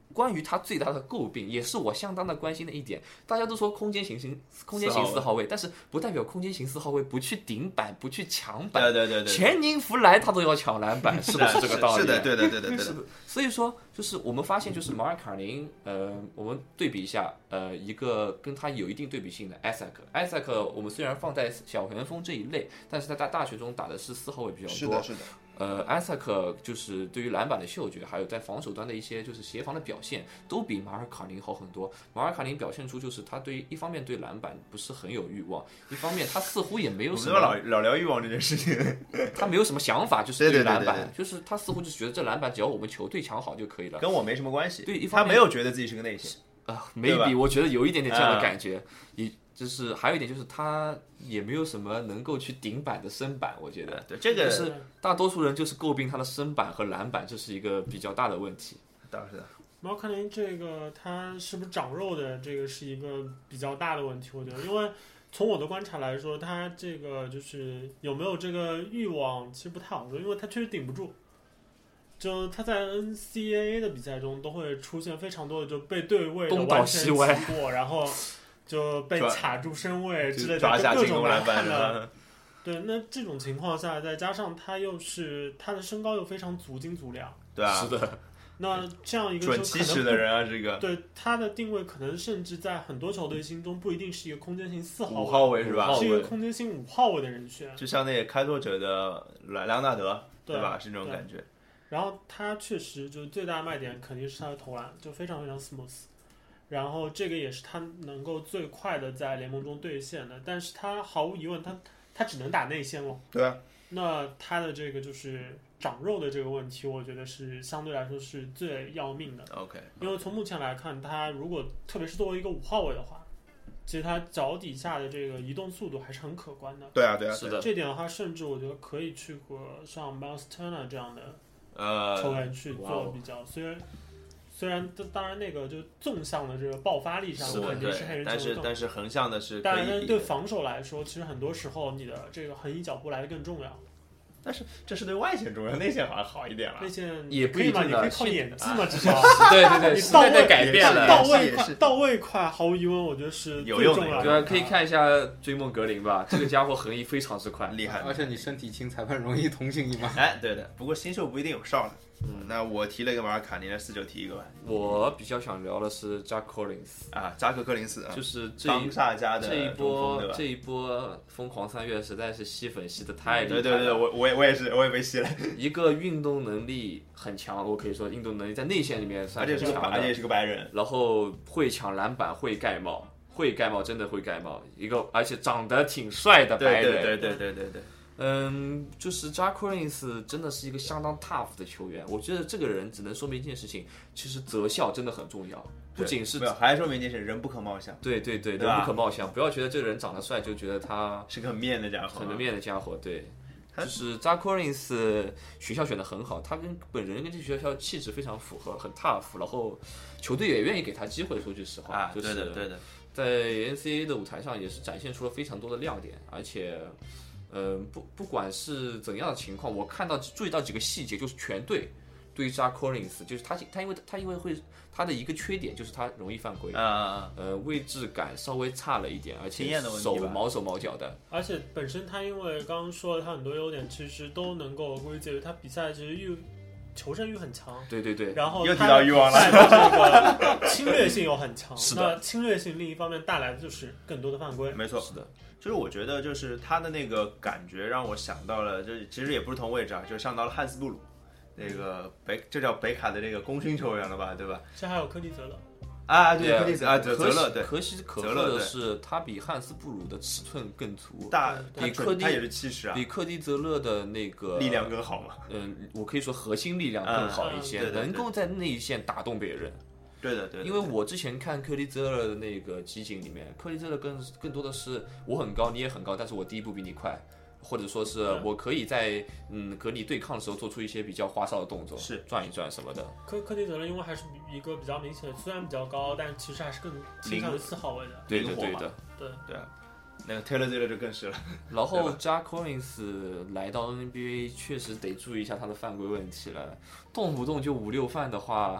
关于他最大的诟病，也是我相当的关心的一点。大家都说空间型型空间型四号位，但是不代表空间型四号位不去顶板、不去抢板。 对对对对， 全宁福来他都要抢篮板，是不是这个道理？ 是的，对的对的对的。 是的。所以说，就是我们发现，就是马尔卡宁，呃，我们对比一下，呃，一个跟他有一定对比性的艾萨克。艾萨克，我们虽然放在小前锋这一类，但是他在大学中打的是四号位比较多。 是的，是的。 呃，艾萨克就是对于篮板的嗅觉，还有在防守端的一些就是协防的表现，都比马尔卡宁好很多。马尔卡宁表现出就是他对于一方面对篮板不是很有欲望，一方面他似乎也没有什么老老聊欲望这件事情， 他没有什么想法，就是对于篮板， 对对对对对就是他似乎就觉得这篮板只要我们球队抢好就可以了， 跟我没什么关系。 对，一方面他没有觉得自己是个内线啊、呃、，maybe 我觉得有一点点这样的感觉， 啊、 也就是还有一点就是他也没有什么能够去顶板的身板，我觉得， 对这个就是大多数人就是诟病他的身板和篮板，这是一个比较大的问题。 当然是的。 马尔卡宁这个他是不是长肉的，这个是一个比较大的问题，我觉得，因为从我的观察来说，他这个就是有没有这个欲望，其实不太好说，因为他确实顶不住。就他在 N C A A 的比赛中都会出现非常多的就被对位的完全起过，然后就被卡住身位之类的，各种难看的。对，那这种情况下，再加上他又是他的身高又非常足斤足两， 对啊， 是的。 那这样一个准七十的人啊，这个对他的定位可能甚至在很多球队心中不一定是一个空间型四号位， 五号位是吧？ 是一个空间型五号位的人选， 就像那个开拓者的莱昂纳德， 对, 对吧？是这种感觉。 然后他确实就是最大的卖点肯定是他的投篮，就非常非常 smooth。然后这个也是他能够最快的在联盟中兑现的，但是他毫无疑问，他他只能打内线了。 对啊。 那他的这个就是长肉的这个问题，我觉得是相对来说是最要命的。 OK。 因为从目前来看，他如果特别是作为一个五号位的话，其实他脚底下的这个移动速度还是很可观的。 对啊，对啊， 是的。 这点的话，甚至我觉得可以去和像 Miles Turner 这样的呃球员去做比较，虽然。虽然当然那个就纵向的这个爆发力上肯定是黑人球但是但是横向的是可以， 但是对防守来说，其实很多时候你的这个横移脚步来的更重要。 但是这是对外线重要，内线好像好一点了。 内线也不一定， 你可以靠演技嘛，至少。 对对对， 你到位改变了， 到位快，到位快，毫无疑问，我觉得是最重要的。 对啊，可以看一下追梦格林吧，这个家伙横移非常之快， 厉害。 而且你身体轻，裁判容易同情你嘛。 哎，对的，不过新秀不一定有哨的。嗯，那我提了一个马尔卡宁，四九提一个吧。 我比较想聊的是扎克·柯林斯啊，扎克·柯林斯， 就是这当下家的这一波这一波疯狂三月实在是吸粉吸的太厉害了。 对对对，我我也我也是，我也被吸了。 一个运动能力很强，我可以说运动能力在内线里面算很强的， 而且也是个白人， 然后会抢篮板，会盖帽，会盖帽，真的会盖帽，一个而且长得挺帅的白人。 对对对对对对对。 嗯，就是扎克·柯林斯真的是一个相当 tough 的球员。我觉得这个人只能说明一件事情，其实择校真的很重要，不仅是没有，还说明一件事，人不可貌相。 对对对，人不可貌相，不要觉得这个人长得帅就觉得他是个很面的家伙， 很能面的家伙。对，就是扎克·柯林斯学校选的很好，他跟本人跟这学校气质非常符合，很 tough， 然后球队也愿意给他机会。说句实话， 啊， 就是对的对的， 在 N C A A 的舞台上也是展现出了非常多的亮点，而且。呃，不不管是怎样的情况，我看到注意到几个细节，就是全队对于扎克·柯林斯，就是他他因为他因为会他的一个缺点就是他容易犯规， 啊、 呃，位置感稍微差了一点，而且手毛手毛脚的。 而且本身他因为刚刚说了他很多优点，其实都能够归结于他比赛其实欲求胜欲很强。 对对对。 然后又提到欲望了， 这个侵略性又很强。 是的。 那侵略性另一方面带来的就是更多的犯规。 没错， 是的。 就是我觉得，就是他的那个感觉让我想到了，就其实也不是同位置啊，就上到了汉斯布鲁，那个北，这叫北卡的这个功勋球员了吧，对吧？ 这还有科蒂泽勒啊，对，科蒂泽啊，泽勒，对， 可喜可贺的是，他比汉斯布鲁的尺寸更粗， 大， 比科蒂他也是七十啊， 比科蒂泽勒的那个力量更好嘛？ 嗯，我可以说核心力量更好一些， 嗯、 能够在内线打动别人。 对的，对的。 因为我之前看科利泽勒的那个集锦里面，科利泽勒更更多的是我很高，你也很高，但是我第一步比你快，或者说是我可以在嗯和你对抗的时候做出一些比较花哨的动作， 是转一转什么的。 科科蒂泽勒因为还是一个比较明显的，虽然比较高，但其实还是更倾向于四号位的。 对的，对的， 对对啊。那个 Taylor Taylor 就更是了。 然后扎克·柯林斯来到 N B A 确实得注意一下他的犯规问题了，动不动就五六犯的话。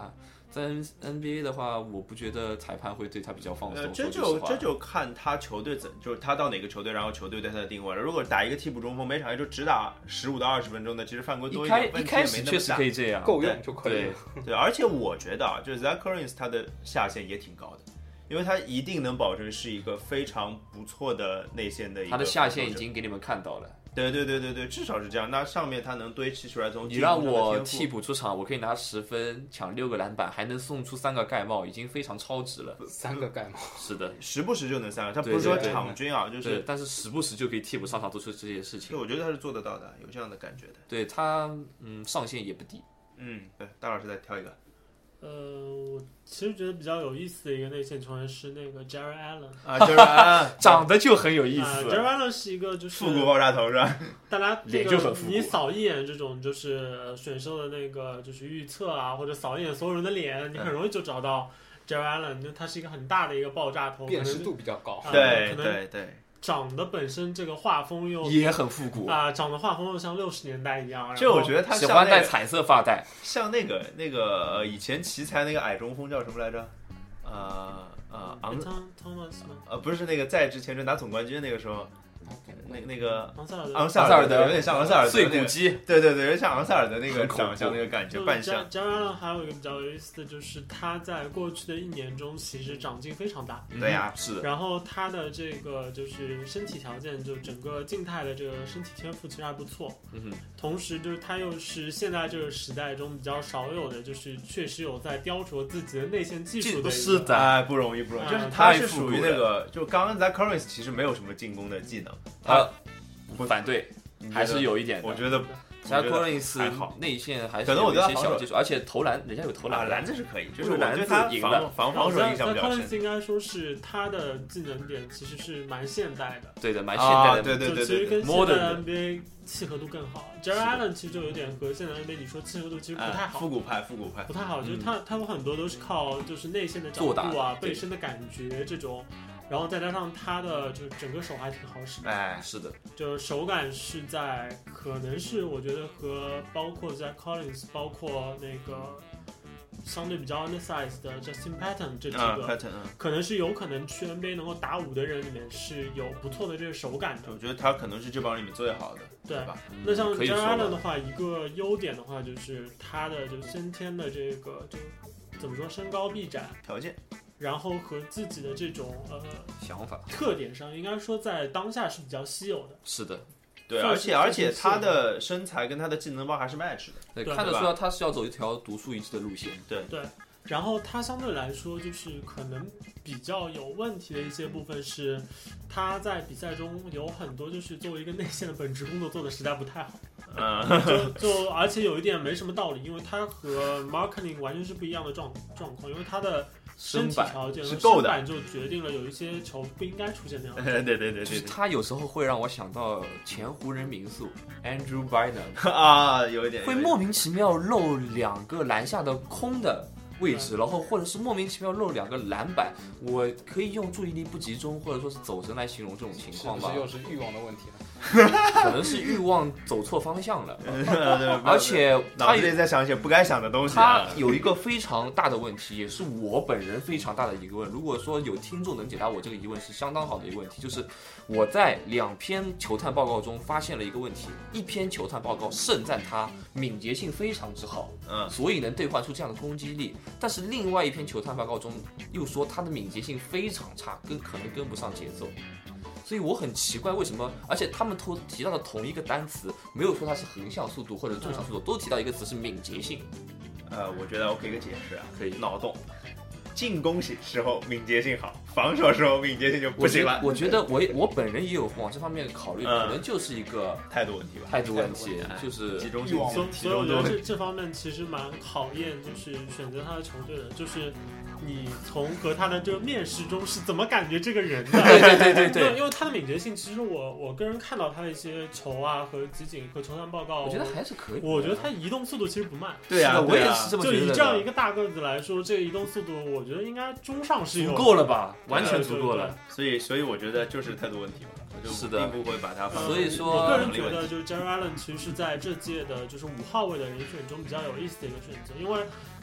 在 N B A 的话，我不觉得裁判会对他比较放松。 呃，这就这就看他球队怎，就是他到哪个球队，然后球队对他的定位了。如果打一个替补中锋，每场也就只打十五到二十分钟的，其实犯规多一点， 一开始确实可以这样， 够用就可以了。 对，对，而且我觉得啊，就是 Zach Collins 他的下限也挺高的。因为他一定能保证是一个非常不错的内线的一个， 他的下限已经给你们看到了。 对对对对对，至少是这样。那上面他能堆砌出来从你让我替补出场，我可以拿十分，抢六个篮板，还能送出三个盖帽，已经非常超值了。 三个盖帽， 是的， 时不时就能三个，他不是说场均啊，就是， 但是时不时就可以替补上场做出这些事情。 对，我觉得他是做得到的，有这样的感觉的。 对他，嗯，上限也不低。 嗯，对，大老师再挑一个。 呃，我其实觉得比较有意思的一个内线球员是那个 Jarrett Allen 啊 ，Jarrett Allen 长得就很有意思。 啊、Jarrett Allen 是一个就是复古爆炸头是吧？ 大家脸就很复古。 你扫一眼这种就是选秀的那个就是预测啊，或者扫一眼所有人的脸，你很容易就找到 Jarrett Allen，因为他是一个很大的一个爆炸头， 辨识度比较高。 啊、 对对对。 长得本身这个画风又也很复古啊，长得画风又像六十年代一样。 就我觉得他喜欢戴彩色发带， 像那个那个呃以前奇才那个矮中锋叫什么来着？呃呃昂呃不是那个在之前就拿总冠军那个时候。那那个昂塞尔德， 昂塞尔德有点像昂塞尔德碎骨机， 对对对，有点像昂塞尔德那个长相那个感觉，扮相。 加上还有一个比较有意思的就是他在过去的一年中其实长进非常大， 对呀， 是的。 然后他的这个就是身体条件，就整个静态的这个身体天赋其实还不错。 嗯哼。 同时就是他又是现在这个时代中比较少有的，就是确实有在雕琢自己的内线技术的。 是的， 哎，不容易不容易，就是他是属于那个，就刚刚在 Collins 其实没有什么进攻的技能，他。 不反对，还是有一点的。 我觉得 Zach Collins 还好， 内线还是可能我有一些小技术，而且投篮人家有投篮， 篮子是可以，就是我觉得他防防防守印象比较深。 Collins 应该说是他的技能点其实是蛮现代的， 对的，蛮现代的， 对对对对， 其实跟现在的 N B A 契合度更好。Jarrett Allen 其实就有点和现在 N B A 你说契合度其实不太好， 复古派复古派不太好，就是他他有很多都是靠就是内线的角度啊、背身的感觉这种。然后再加上他的就整个手还挺好使的， 哎， 是的， 就手感是在可能是我觉得和包括在 Collins， 包括那个相对比较 undersized 的 Justin Patton 这几个， 啊 Patton, 可能是有可能去 N B A 能够打五的人里面是有不错的这个手感的。 我觉得他可能是这帮里面最好的， 对吧？ 那像 Jarrett Allen 的话，一个优点的话就是他的就先天的这个就怎么说身高臂展条件。 然后和自己的这种呃想法特点上，应该说在当下是比较稀有的。 是的， 对，而且而且他的身材跟他的技能包还是 match 的， 对，看得出来他是要走一条独树一帜的路线。 对对，然后他相对来说就是可能比较有问题的一些部分是，他在比赛中有很多就是作为一个内线的本职工作做的实在不太好。 嗯， 就就而且有一点没什么道理，因为他和 marketing 完全是不一样的状状况，因为他的身体条件是够的， 就决定了有一些球不应该出现那样的。 对对对对， 就是他有时候会让我想到前湖人名宿 Andrew Bynum 啊，有一点会莫名其妙漏两个篮下的空的位置，然后或者是莫名其妙漏两个篮板，我可以用注意力不集中或者说是走神来形容这种情况吧。 是不是又是欲望的问题了？ 可能是欲望走错方向了，而且脑子里在想一些不该想的东西。 他有一个非常大的问题，也是我本人非常大的疑问。如果说有听众能解答我这个疑问，是相当好的一个问题。就是我在两篇球探报告中发现了一个问题，一篇球探报告盛赞他敏捷性非常之好， 嗯， 所以能兑换出这样的攻击力。但是另外一篇球探报告中又说他的敏捷性非常差，跟可能跟不上节奏。所以我很奇怪为什么，而且他们都提到的同一个单词，没有说它是横向速度或者纵向速度，都提到一个词是敏捷性。 呃，我觉得我给一个解释啊， 可以， 脑洞。进攻时候敏捷性好，防守时候敏捷性就不行了。 我觉得我我本人也有往这方面考虑， 嗯、 可能就是一个态度问题吧。 态度问题，就是集中性。 所以我觉得这这方面其实蛮考验，就是选择他的球队的，就是你从和他的这个面试中是怎么感觉这个人的。 对对对对对。 因为因为他的敏捷性，其实我我个人看到他的一些球啊和集锦和球探报告， 我觉得还是可以。 我觉得他移动速度其实不慢。 对啊， 我也是这么觉得的。 就以这样一个大个子来说，这个移动速度，我觉得应该中上是有足够了吧，完全足够了。 所以所以我觉得就是态度问题嘛。 是的， 并不会把它放。 所以说， 我个人觉得，就是 Jarrett Allen 其实是在这届的，就是五号位的人选中比较有意思的一个选择，因为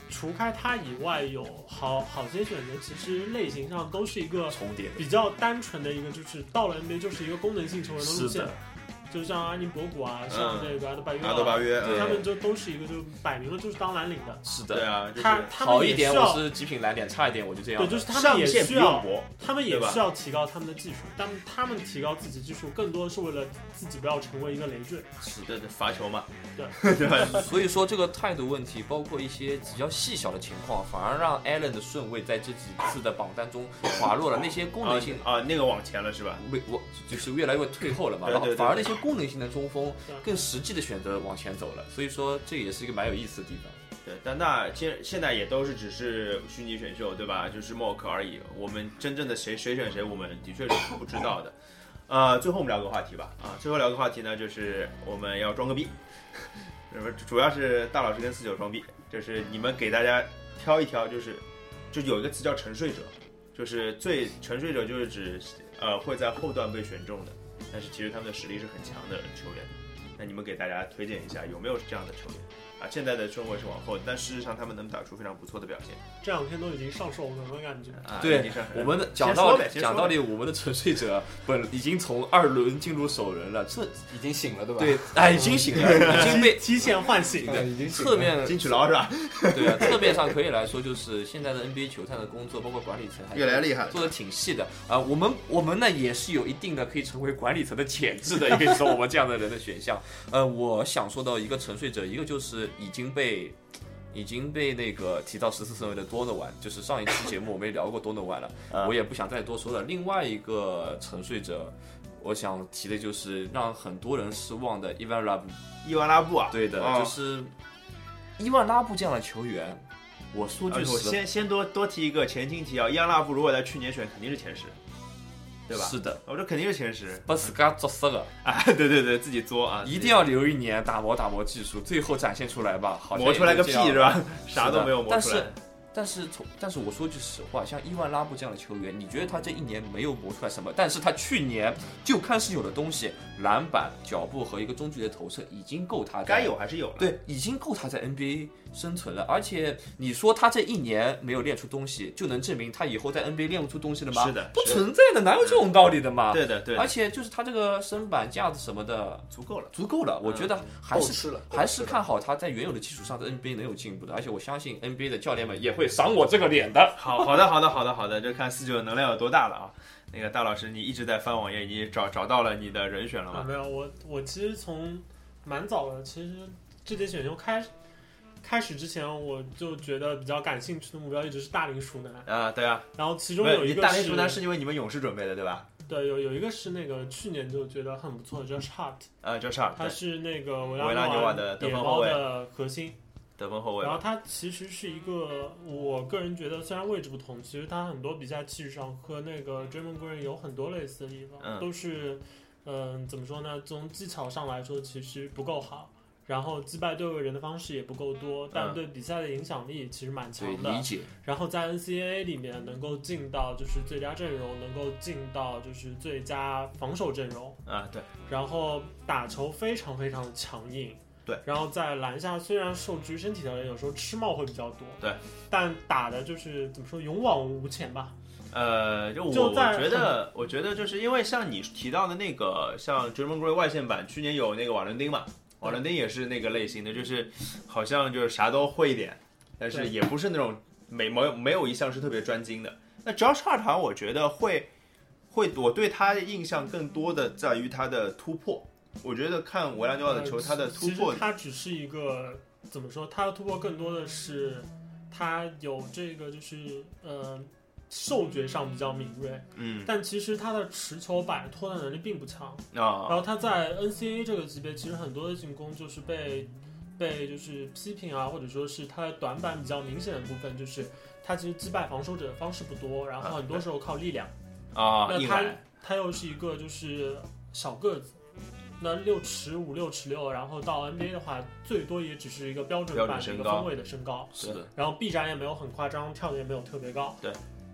除开它以外，有好好些选择，其实类型上都是一个重叠的。 比较单纯的一个，就是到了 N B A 就是一个功能性球员的路线是的。 就像阿尼博古啊，像这个阿德巴约、啊， 阿德巴约， 对他们就都是一个，就摆明了就是当蓝领的。 是的， 对啊，就是、 他他好一点们也需要我是极品蓝点，差一点我就这样。 对，就是他们上也限不用需要， 搏， 他们也对吧需要提高他们的技术，但他们提高自己技术更多的是为了自己不要成为一个累赘。 是的，罚球嘛， 对对吧？ 所以说这个态度问题，包括一些比较细小的情况，反而让 Allen 的顺位在这几次的榜单中滑落了。那些功能性啊，啊那个往前了是吧？ 为我就是越来越退后了嘛， 对对对然后反而那些功能性的中锋对更实际的选择往前走了，所以说这也是一个蛮有意思的地方。 对，但那现现在也都是只是虚拟选秀，对吧？就是 mock 而已。我们真正的谁谁选谁，我们的确是不知道的。呃，最后我们聊个话题吧。啊，最后聊个话题呢，就是我们要装个逼。主要是大老师跟四九装逼，就是你们给大家挑一挑，就是就有一个词叫沉睡者，就是最沉睡者就是指呃会在后段被选中的，但是其实他们的实力是很强的球员。那你们给大家推荐一下，有没有这样的球员？啊，现在的顺位是往后，但事实上他们能打出非常不错的表现。 这两天都已经上手了，我感觉。 啊， 对，我们的讲道理，讲道理，我们的沉睡者本已经从二轮进入首轮了，这已经醒了，对吧？ 对，哎，已经醒了，已经被提前唤醒的，已经侧面金曲牢是吧？ 对啊，侧面上可以来说，就是现在的 N B A 球探的工作，包括管理层， 越来越厉害， 做的挺细的啊、呃。我们我们呢也是有一定的可以成为管理层的潜质的，也可以说我们这样的人的选项。呃，我想说到一个沉睡者，一个就是已经被。已经被那个提到十四顺位的多诺万，就是上一期节目我们也聊过多诺万了，我也不想再多说了。另外一个沉睡者，我想提的就是让很多人失望的伊万拉布。 伊万拉布啊， 对的， 哦、 就是伊万拉布这样的球员，我说句实话， 我先先多多提一个前情提要，伊万拉布如果在去年选，肯定是前十。对吧？ 是的， 我说肯定是前十， 把自家作死了啊！对对对，自己作啊！ 一定要留一年打磨打磨技术，最后展现出来吧。好， 磨出来个屁是吧？啥都没有磨出来。 但是从但是我说句实话，像伊万拉布这样的球员，你觉得他这一年没有磨出来什么？但是他去年就看是有的东西，篮板、脚步和一个中距离的投射已经够他该有还是有了， 对，已经够他在 N B A 生存了。而且你说他这一年没有练出东西，就能证明他以后在 N B A 练不出东西了吗？ 是的， 不存在的，哪有这种道理的嘛？ 对的，对的。 而且就是他这个身板架子什么的足够了， 足够了。我觉得还是、 吃了， 还是看好他在原有的基础上在 N B A 能有进步的。而且我相信 N B A 的教练们也会赏我这个脸。 好好的好的好的好的，就看四九的能量有多大了啊！那个大老师，你一直在翻网页，你找找到了你的人选了吗？ 啊、没有，我我其实从蛮早的，其实这届选秀开开始之前，我就觉得比较感兴趣的目标一直是大龄熟男啊，对啊。 然后其中有一个大龄熟男是因为你们勇士准备的，对吧？ 对，有有一个是那个去年就觉得很不错的 Josh Hart， 啊 ，Josh Hart， 他是那个维拉纽瓦的得分后卫的核心。 得分后卫， 然后他其实是一个，我个人觉得虽然位置不同，其实他很多比赛气质上和那个 Draymond Green 有很多类似的地方， 嗯、 都是，嗯、呃，怎么说呢？从技巧上来说，其实不够好，然后击败对位人的方式也不够多，但对比赛的影响力其实蛮强的。 理解。 然后在 N C A A 里面能够进到就是最佳阵容，能够进到就是最佳防守阵容啊，对。 然后打球非常非常强硬。 对， 然后在篮下虽然受制于身体条件，有时候吃帽会比较多， 对， 但打的就是怎么说勇往无前吧。 呃，就我我觉得，我觉得就是因为像你提到的那个，像 Draymond Green 外线版，去年有那个瓦伦丁嘛，瓦伦丁也是那个类型的，就是好像就是啥都会一点，但是也不是那种没没有没有一项是特别专精的。那 Josh Hart 好像我觉得会会，我对他的印象更多的在于他的突破。我觉得看维拉纽瓦的球，他的突破， 他只是一个怎么说？他的突破更多的是他有这个就是呃嗅觉上比较敏锐， 嗯， 但其实他的持球摆脱的能力并不强啊。 然后他在 N C A A 这个级别，其实很多的进攻就是被被就是批评啊，或者说是他的短板比较明显的部分，就是他其实击败防守者的方式不多，然后很多时候靠力量啊。 那他他又是一个就是小个子。那六尺五、六尺六，然后到 N B A 的话，最多也只是一个标准版的一个锋卫的身高， 是的。 然后臂展也没有很夸张，跳的也没有特别高。 对。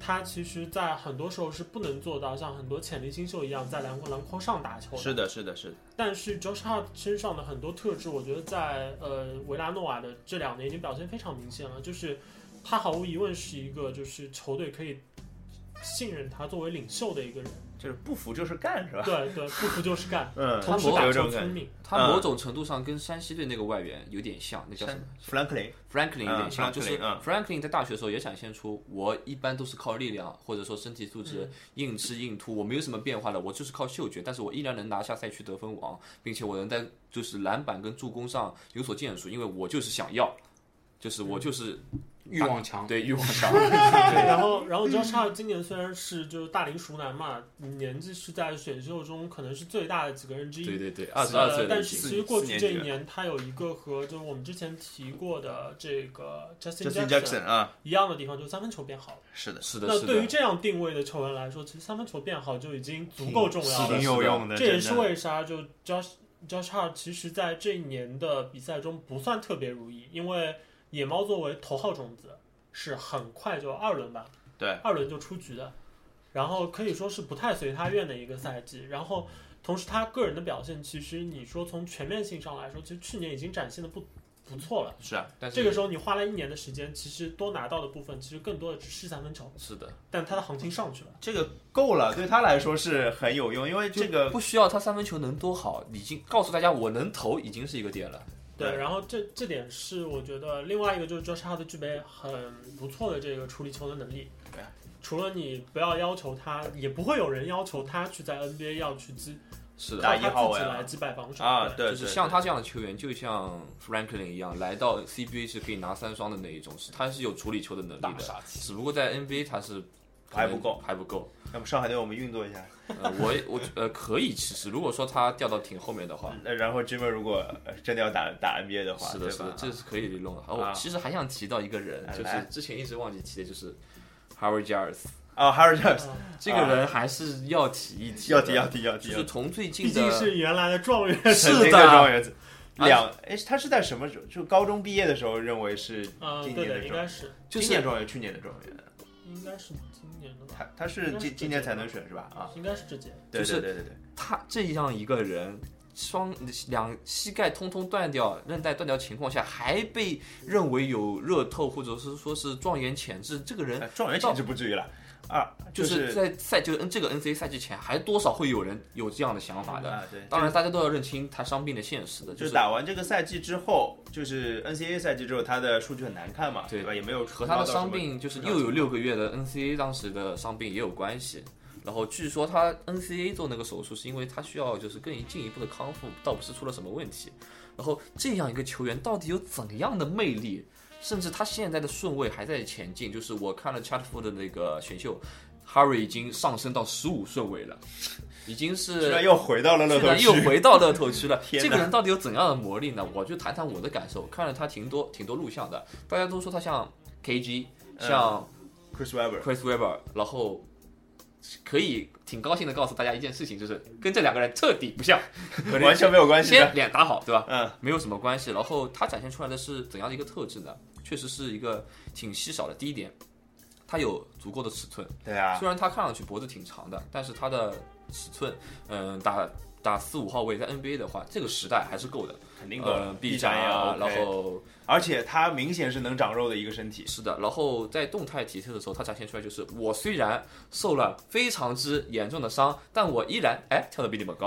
他其实在很多时候是不能做到像很多潜力新秀一样在篮篮筐上打球的。 是的，是的，是的。 但是 Josh Hart 身上的很多特质，我觉得在呃维拉诺瓦的这两年已经表现非常明显了，就是他毫无疑问是一个就是球队可以信任他作为领袖的一个人。 就是不服就是干，是吧？ 对对，不服就是干。 嗯， 同时打球聪明。 他某种程度上跟山西队那个外援有点像，那叫什么 ？Franklin。 Franklin 有点像， 嗯、 就是 Franklin 在大学的时候也展现出，我一般都是靠力量或者说身体素质硬吃硬突，我没有什么变化的，我就是靠嗅觉，但是我依然能拿下赛区得分王，并且我能在就是篮板跟助攻上有所建树，因为我就是想要，就是我就是欲望强， 对欲望强。 对，然后然后 Josh Hart 今年虽然是就是大龄熟男嘛，年纪是在选秀中可能是最大的几个人之一。 对对对，二十二岁、呃。 但是其实过去这一年，他有一个和就是我们之前提过的这个 Justin Jackson, Jackson 啊一样的地方，就是三分球变好了。 是的， 是的。 那对于这样定位的球员来说，其实三分球变好就已经足够重要了， 挺有用的。 这也是为啥就 Josh Josh Hart 其实在这一年的比赛中不算特别如意，因为野猫作为头号种子。是很快就二轮吧， 对， 二轮就出局的，然后可以说是不太随他愿的一个赛季。然后同时他个人的表现，其实你说从全面性上来说，其实去年已经展现的不不错了。 是啊， 但是这个时候你花了一年的时间，其实多拿到的部分，其实更多的只是三分球。 是的， 但他的行情上去了， 这个够了，对他来说是很有用，因为这个不需要他三分球能多好，已经告诉大家我能投已经是一个点了。 对，然后这这点是我觉得另外一个就是 Josh Hart 具备很不错的这个处理球的能力。 对， 除了你不要要求他，也不会有人要求他去在 N B A 要去击， 是的， 打一号位来击败防守啊，对， 就是像他这样的球员，就像 Franklin 一样，来到 C B A 是可以拿三双的那一种，是他是有处理球的能力的，只不过在 N B A 他是还不够， 还不够。 那么上海队我们运作一下， 呃，我我呃可以，其实如果说他掉到挺后面的话， 嗯、然后 Jimmer 如果真的要打打 N B A 的话， 是的，是的，这是可以弄的。哦， 啊、 其实还想提到一个人，就是之前一直忘记提的，就是 Harry Giles。 啊 ，Harry Giles， 这个人还是要提一提， 要提要提要提， 就是从最近的，毕竟是原来的状元， 是的， 状元。两哎，他是在什么时候？就高中毕业的时候认为是今年的状元， 应该是今年状元，去年的状元。 应该是今年的吧？ 他他是今今年才能选是吧？啊， 应该是这届。 对对对对对， 他这样一个人，双两膝盖通通断掉、韧带断掉情况下，还被认为有热透或者是说是状元潜质，这个人状元潜质不至于了。啊， 就、 就是在赛就这个 N C A 赛季前，还多少会有人有这样的想法的。 啊、对， 当然大家都要认清他伤病的现实的。 就是打完这个赛季之后，就是 N C A 赛季之后，他的数据很难看嘛， 对, 对吧？也没有和他的伤病，就是又有六个月的 N C A 当时的伤病也有关系。然后据说他 N C A 做那个手术是因为他需要就是更进一步的康复，倒不是出了什么问题。然后这样一个球员到底有怎样的魅力？甚至他现在的顺位还在前进，就是我看了 Chatford 的那个选秀。Harry 已经上升到十五顺位了，已经是居然又回到了乐透区， 又回到乐透区了。这个人到底有怎样的魔力呢？我就谈谈我的感受。看了他挺多挺多录像的，大家都说他像 K G， 像 Chris Webber，Chris Webber， 然后可以挺高兴的告诉大家一件事情，就是跟这两个人彻底不像， 完全没有关系。 先脸打好，对吧？ 嗯， 没有什么关系。然后他展现出来的是怎样的一个特质呢？确实是一个挺稀少的。第一点。他有足够的尺寸， 对啊， 虽然他看上去脖子挺长的，但是他的尺寸，嗯，打打四五号位在 N B A 的话，这个时代还是够的， 肯定够的。 呃、臂展啊，然后而且他明显是能长肉的一个身体。 是的，然后在动态体测的时候，他展现出来就是我虽然受了非常之严重的伤，但我依然哎跳得比你们高，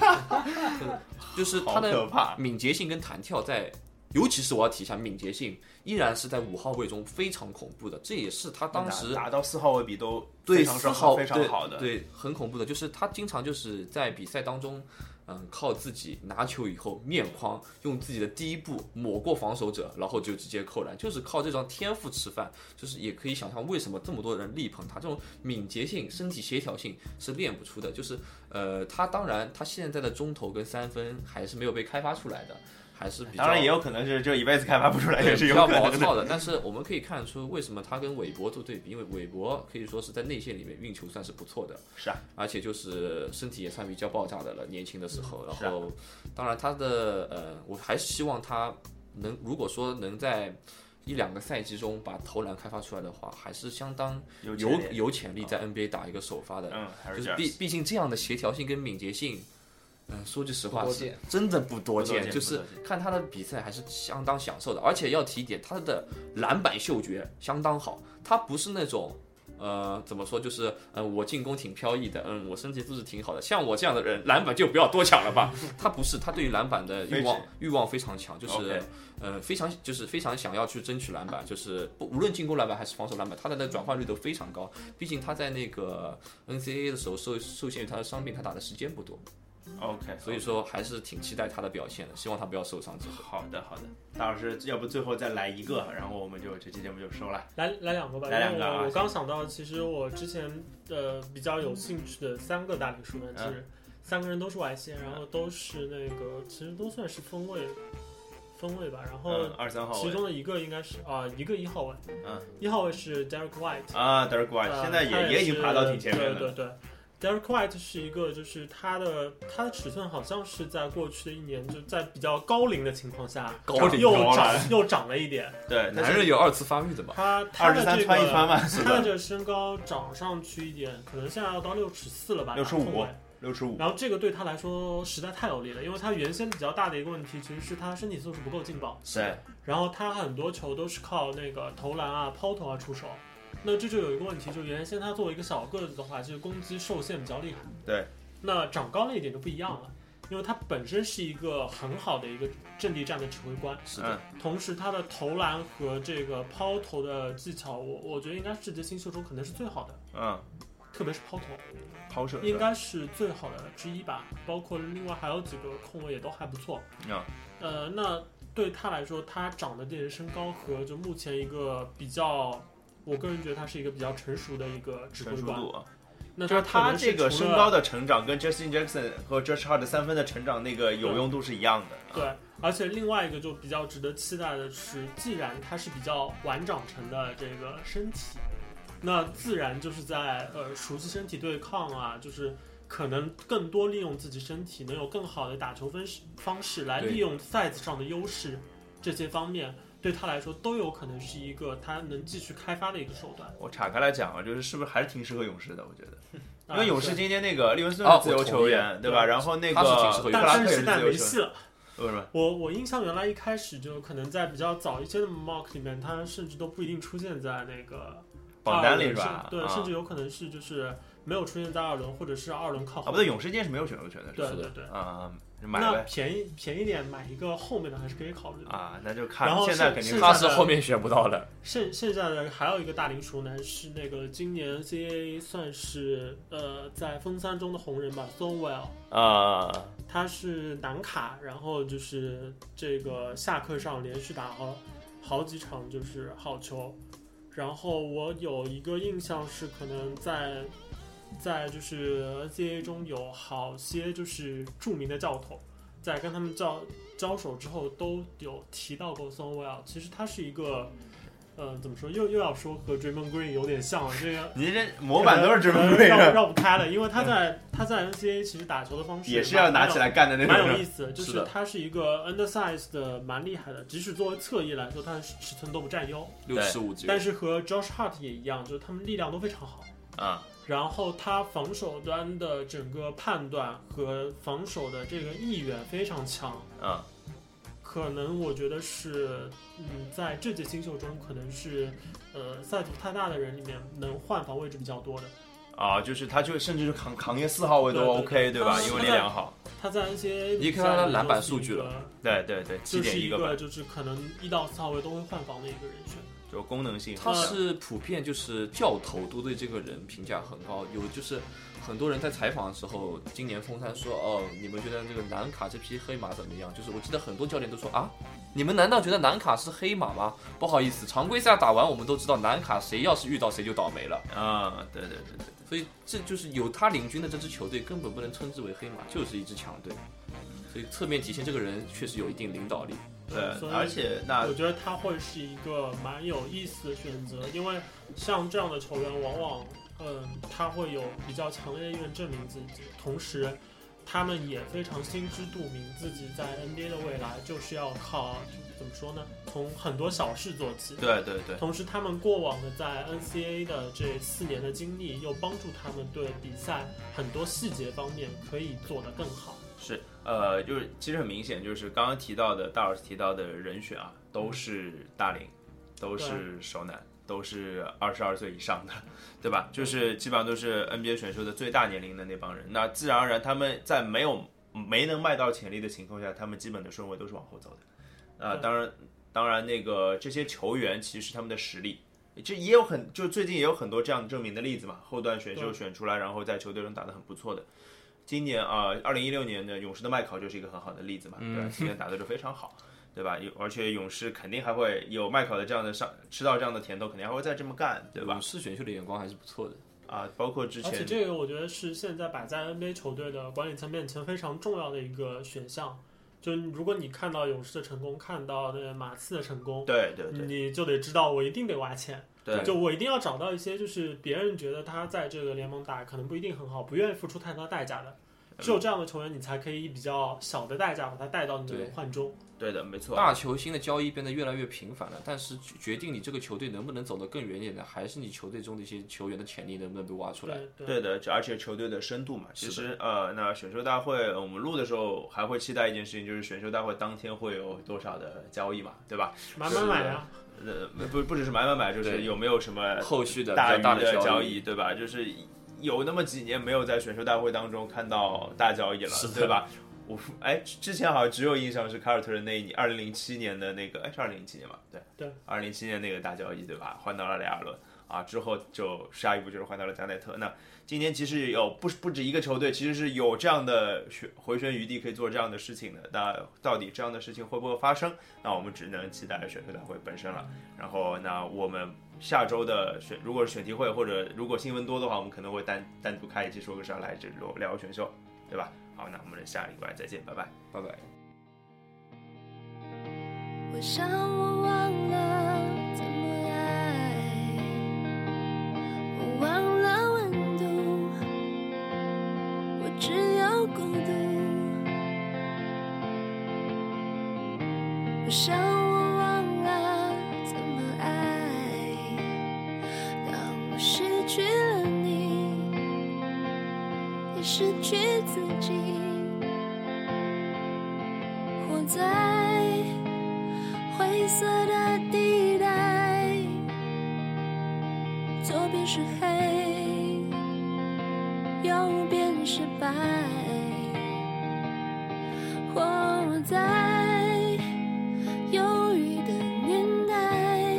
就是他的敏捷性跟弹跳在。尤其是我要提一下敏捷性，依然是在五号位中非常恐怖的，这也是他当时打到四号位比都对四号非常好的， 对，对很恐怖的，就是他经常就是在比赛当中，嗯，靠自己拿球以后面框，用自己的第一步抹过防守者，然后就直接扣篮，就是靠这种天赋吃饭，就是也可以想象为什么这么多人力捧他，这种敏捷性、身体协调性是练不出的，就是呃，他当然他现在的中投跟三分还是没有被开发出来的。还是比较， 当然也有可能是就一辈子开发不出来，也是有可能的。比较毛糙的，但是我们可以看出为什么他跟韦伯做对比，因为韦伯可以说是在内线里面运球算是不错的， 是啊， 而且就是身体也算比较爆炸的了，年轻的时候。然后， 啊、 当然他的呃，我还是希望他能，如果说能在一两个赛季中把投篮开发出来的话，还是相当有有有潜力在 N B A 打一个首发的。 嗯，还就是毕毕竟这样的协调性跟敏捷性，嗯、呃，说句实话是不多见真的不多见， 不多见就是看他的比赛还是相当享受的，而且要提一点，他的篮板嗅觉相当好，他不是那种。呃，怎么说？就是，嗯、呃，我进攻挺飘逸的，嗯，我身体素质挺好的。像我这样的人，篮板就不要多抢了吧。他不是，他对于篮板的欲望欲望非常强，就是， okay. 呃，非常就是非常想要去争取篮板，就是不无论进攻篮板还是防守篮板，他的那转换率都非常高。毕竟他在那个 N C A A 的时候受受限于他的伤病，他打的时间不多。 OK， 所以说还是挺期待他的表现的，希望他不要受伤之后。 好的，好的，大老师，要不最后再来一个，然后我们就这期节目就收了。 来来两个吧， 来两个啊！ 我我刚想到，其实我之前呃比较有兴趣的三个大领袖呢，其实三个人都是外线，然后都是那个其实都算是锋卫。锋卫吧，然后二三号位， 其中的一个应该是啊、呃，一个一号位， 嗯， 一号位是 Derek White 啊 Derek White、呃、现在也也已经爬到挺前面了， 对对对。Derek White 是一个，就是他的他的尺寸好像是在过去的一年就在比较高龄的情况下， 高龄又长又长了一点。 对， 男人有二次发育的嘛。 他他的这个穿一穿嘛， 他的这个身高长上去一点，可能现在要到六尺四了吧， 六尺五，六尺五。 然后这个对他来说实在太有利了，因为他原先比较大的一个问题其实是他身体素质不够劲爆。 对。 然后他很多球都是靠那个投篮啊、抛投啊出手。那这就有一个问题，就原先他作为一个小个子的话，就是攻击受限比较厉害。 对。 那长高了一点就不一样了，因为他本身是一个很好的一个阵地战的指挥官。 是的。 同时他的投篮和这个抛投的技巧，我我觉得应该是这届新秀中可能是最好的。 嗯。 特别是抛投。 抛射。 应该是最好的之一吧，包括另外还有几个控卫也都还不错。 嗯。 呃，那对他来说，他长的这些身高和就目前一个比较。我个人觉得他是一个比较成熟的一个指挥官，那就是他这个身高的成长跟 Justin Jackson 和 Josh Hart 三分的成长那个有用度是一样的。 对，对，而且另外一个就比较值得期待的是，既然他是比较晚长成的这个身体，那自然就是在呃熟悉身体对抗啊，就是可能更多利用自己身体，能有更好的打球分方式来利用 size 上的优势，这些方面。对他来说都有可能是一个他能继续开发的一个手段。 我岔开来讲啊，就是是不是还是挺适合勇士的？我觉得， 啊、 因为勇士今天那个利文斯顿是自由球员， 哦、 对吧？然后那个克拉克也是自由球员。 为什么？ 我我印象原来一开始就可能在比较早一些的 mock 里面，他甚至都不一定出现在那个榜单里是吧？ 对、 啊， 甚至有可能是就是没有出现在二轮，或者是二轮靠后。 啊，不对，勇士今天是没有选秀权的， 对对对啊。买那便宜便宜点买一个后面的还是可以考虑的啊，那就看。 然后现在肯定他是后面选不到的。 剩剩下的还有一个大龄熟男是那个今年 C A A 算是呃在锋三中的红人吧 ，Thornwell 啊， 他是南卡，然后就是这个下课上连续打好好几场就是好球，然后我有一个印象是可能在。在就是 N C A A 中有好些就是著名的教头，在跟他们交交手之后都有提到过 Thornwell。其实他是一个，呃，怎么说又又要说和 Draymond Green 有点像，这个你这模板都是 Draymond Green， 绕绕不开了，因为他在他在 N C A A 其实打球的方式也是要拿起来干的那种， 蛮有意思的，就是他是一个 undersize 的，蛮厉害的，即使作为侧翼来说，他的尺寸都不占优， 六十五， 但是和 Josh Hart 也一样，就是他们力量都非常好啊。 然后他防守端的整个判断和防守的这个意愿非常强啊， 可能我觉得是，嗯，在这届新秀中可能是，呃，赛图太大的人里面能换防位置比较多的啊，就是他就甚至是扛扛一四号位都 OK 对, 对, 对吧？因为力量好。 他在 N C A A 你看他的篮板数据了， 对对对，七点一个板，就是可能一到四号位都会换防的一个人选。 就功能性， 他是普遍就是教头都对这个人评价很高，有就是很多人在采访的时候，今年锋三说哦，你们觉得这个南卡这匹黑马怎么样？就是我记得很多教练都说啊，你们难道觉得南卡是黑马吗？不好意思，常规赛打完我们都知道南卡谁要是遇到谁就倒霉了啊，对对对对， 所以这就是有他领军的这支球队根本不能称之为黑马，就是一支强队，所以侧面体现这个人确实有一定领导力。 对，而且那我觉得他会是一个蛮有意思的选择，因为像这样的球员，往往嗯他会有比较强烈的意愿证明自己，同时他们也非常心知肚明，自己在 N B A 的未来就是要靠怎么说呢？从很多小事做起。 对对对。 同时，他们过往的在 N C A A 的这四年的经历，又帮助他们对比赛很多细节方面可以做得更好。 是，呃，就是其实很明显，就是刚刚提到的大老师提到的人选啊，都是大龄，都是熟男，都是二十二岁以上的，对吧？就是基本上都是 N B A 选秀的最大年龄的那帮人。那自然而然，他们在没有没能卖到潜力的情况下，他们基本的顺位都是往后走的。啊、呃，当然，当然，那个这些球员其实他们的实力，这也有很，就最近也有很多这样证明的例子嘛。后段选秀选出来，然后在球队中打得很不错的。今年啊，二零一六年的勇士的麦考就是一个很好的例子嘛，对吧？今年打得就非常好，对吧？而且勇士肯定还会有麦考的这样的上吃到这样的甜头，肯定还会再这么干，对吧？ 勇士选秀的眼光还是不错的啊，包括之前， 而且这个我觉得是现在摆在 N B A 球队的管理层面前非常重要的一个选项。就如果你看到勇士的成功，看到的马刺的成功， 对对对， 你就得知道我一定得挖潜。 对， 就我一定要找到一些就是别人觉得他在这个联盟打可能不一定很好，不愿意付出太大代价的。只有这样的球员，你才可以以比较小的代价把他带到你的轮换中。 对的，没错。 大球星的交易变得越来越频繁了，但是决定你这个球队能不能走得更远一点的，还是你球队中的一些球员的潜力能不能被挖出来。 对, 对, 对的，而且球队的深度嘛。其实呃，那选秀大会我们录的时候还会期待一件事情，就是选秀大会当天会有多少的交易嘛，对吧？ 买买买啊！ 呃，不不只是买买买，就是有没有什么后续的大大的交易，对吧？就是有那么几年没有在选秀大会当中看到大交易了，对吧？我哎，之前好像只有印象是凯尔特人那一年，二零零七年的那个，哎，是二零零七年吧？对对， 二零零七年那个大交易，对吧？换到了雷阿伦啊，之后就下一步就是换到了加内特。那今年其实有不不止一个球队，其实是有这样的回旋余地可以做这样的事情的。那到底这样的事情会不会发生？那我们只能期待选秀大会本身了。然后，那我们下周的选，如果是选题会或者如果新闻多的话，我们可能会单单独开一期说个啥来这聊聊选秀，对吧？好，那我们下礼拜再见，拜拜， 拜拜。 我想我忘了怎么爱，我忘了温度，我只有孤独。我想我忘了怎么爱，当我失去了你，也失去自己，活在灰色的地带，左边是黑，右边是白，活在忧郁的年代，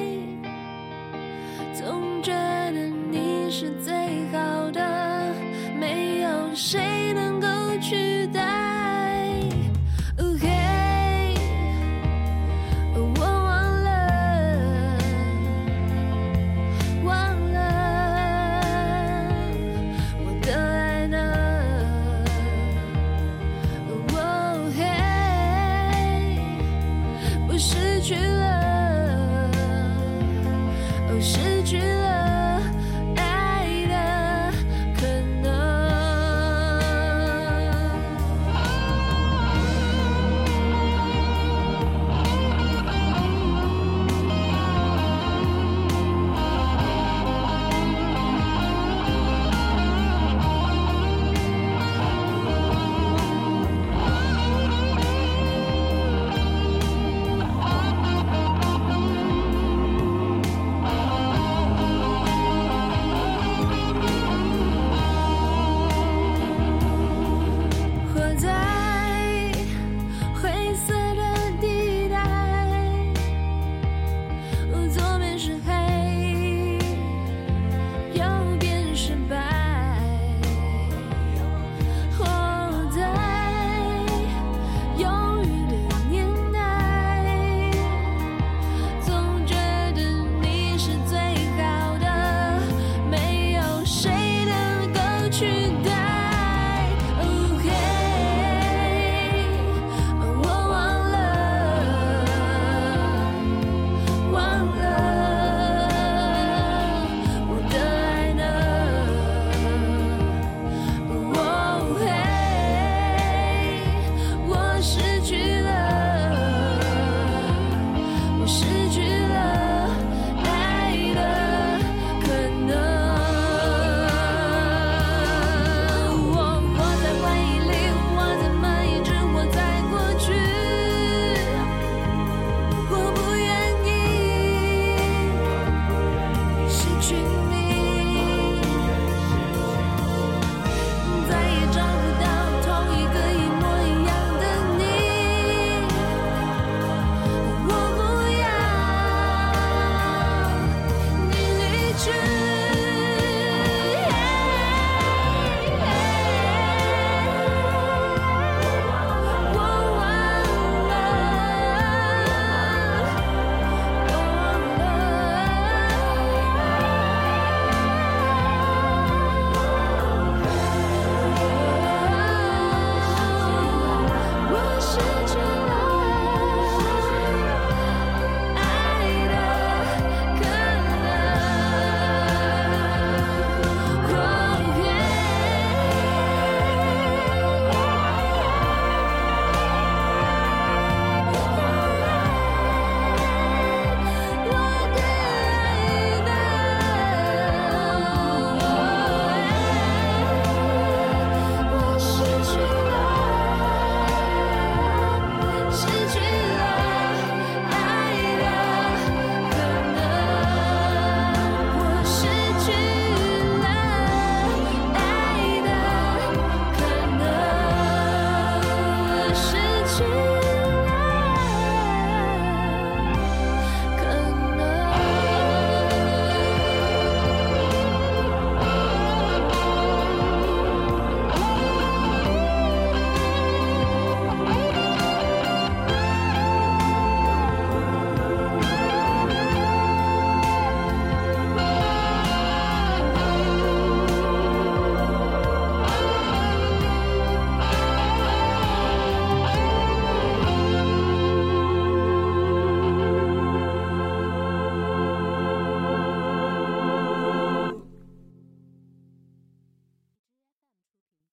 总觉得你是最好的，没有谁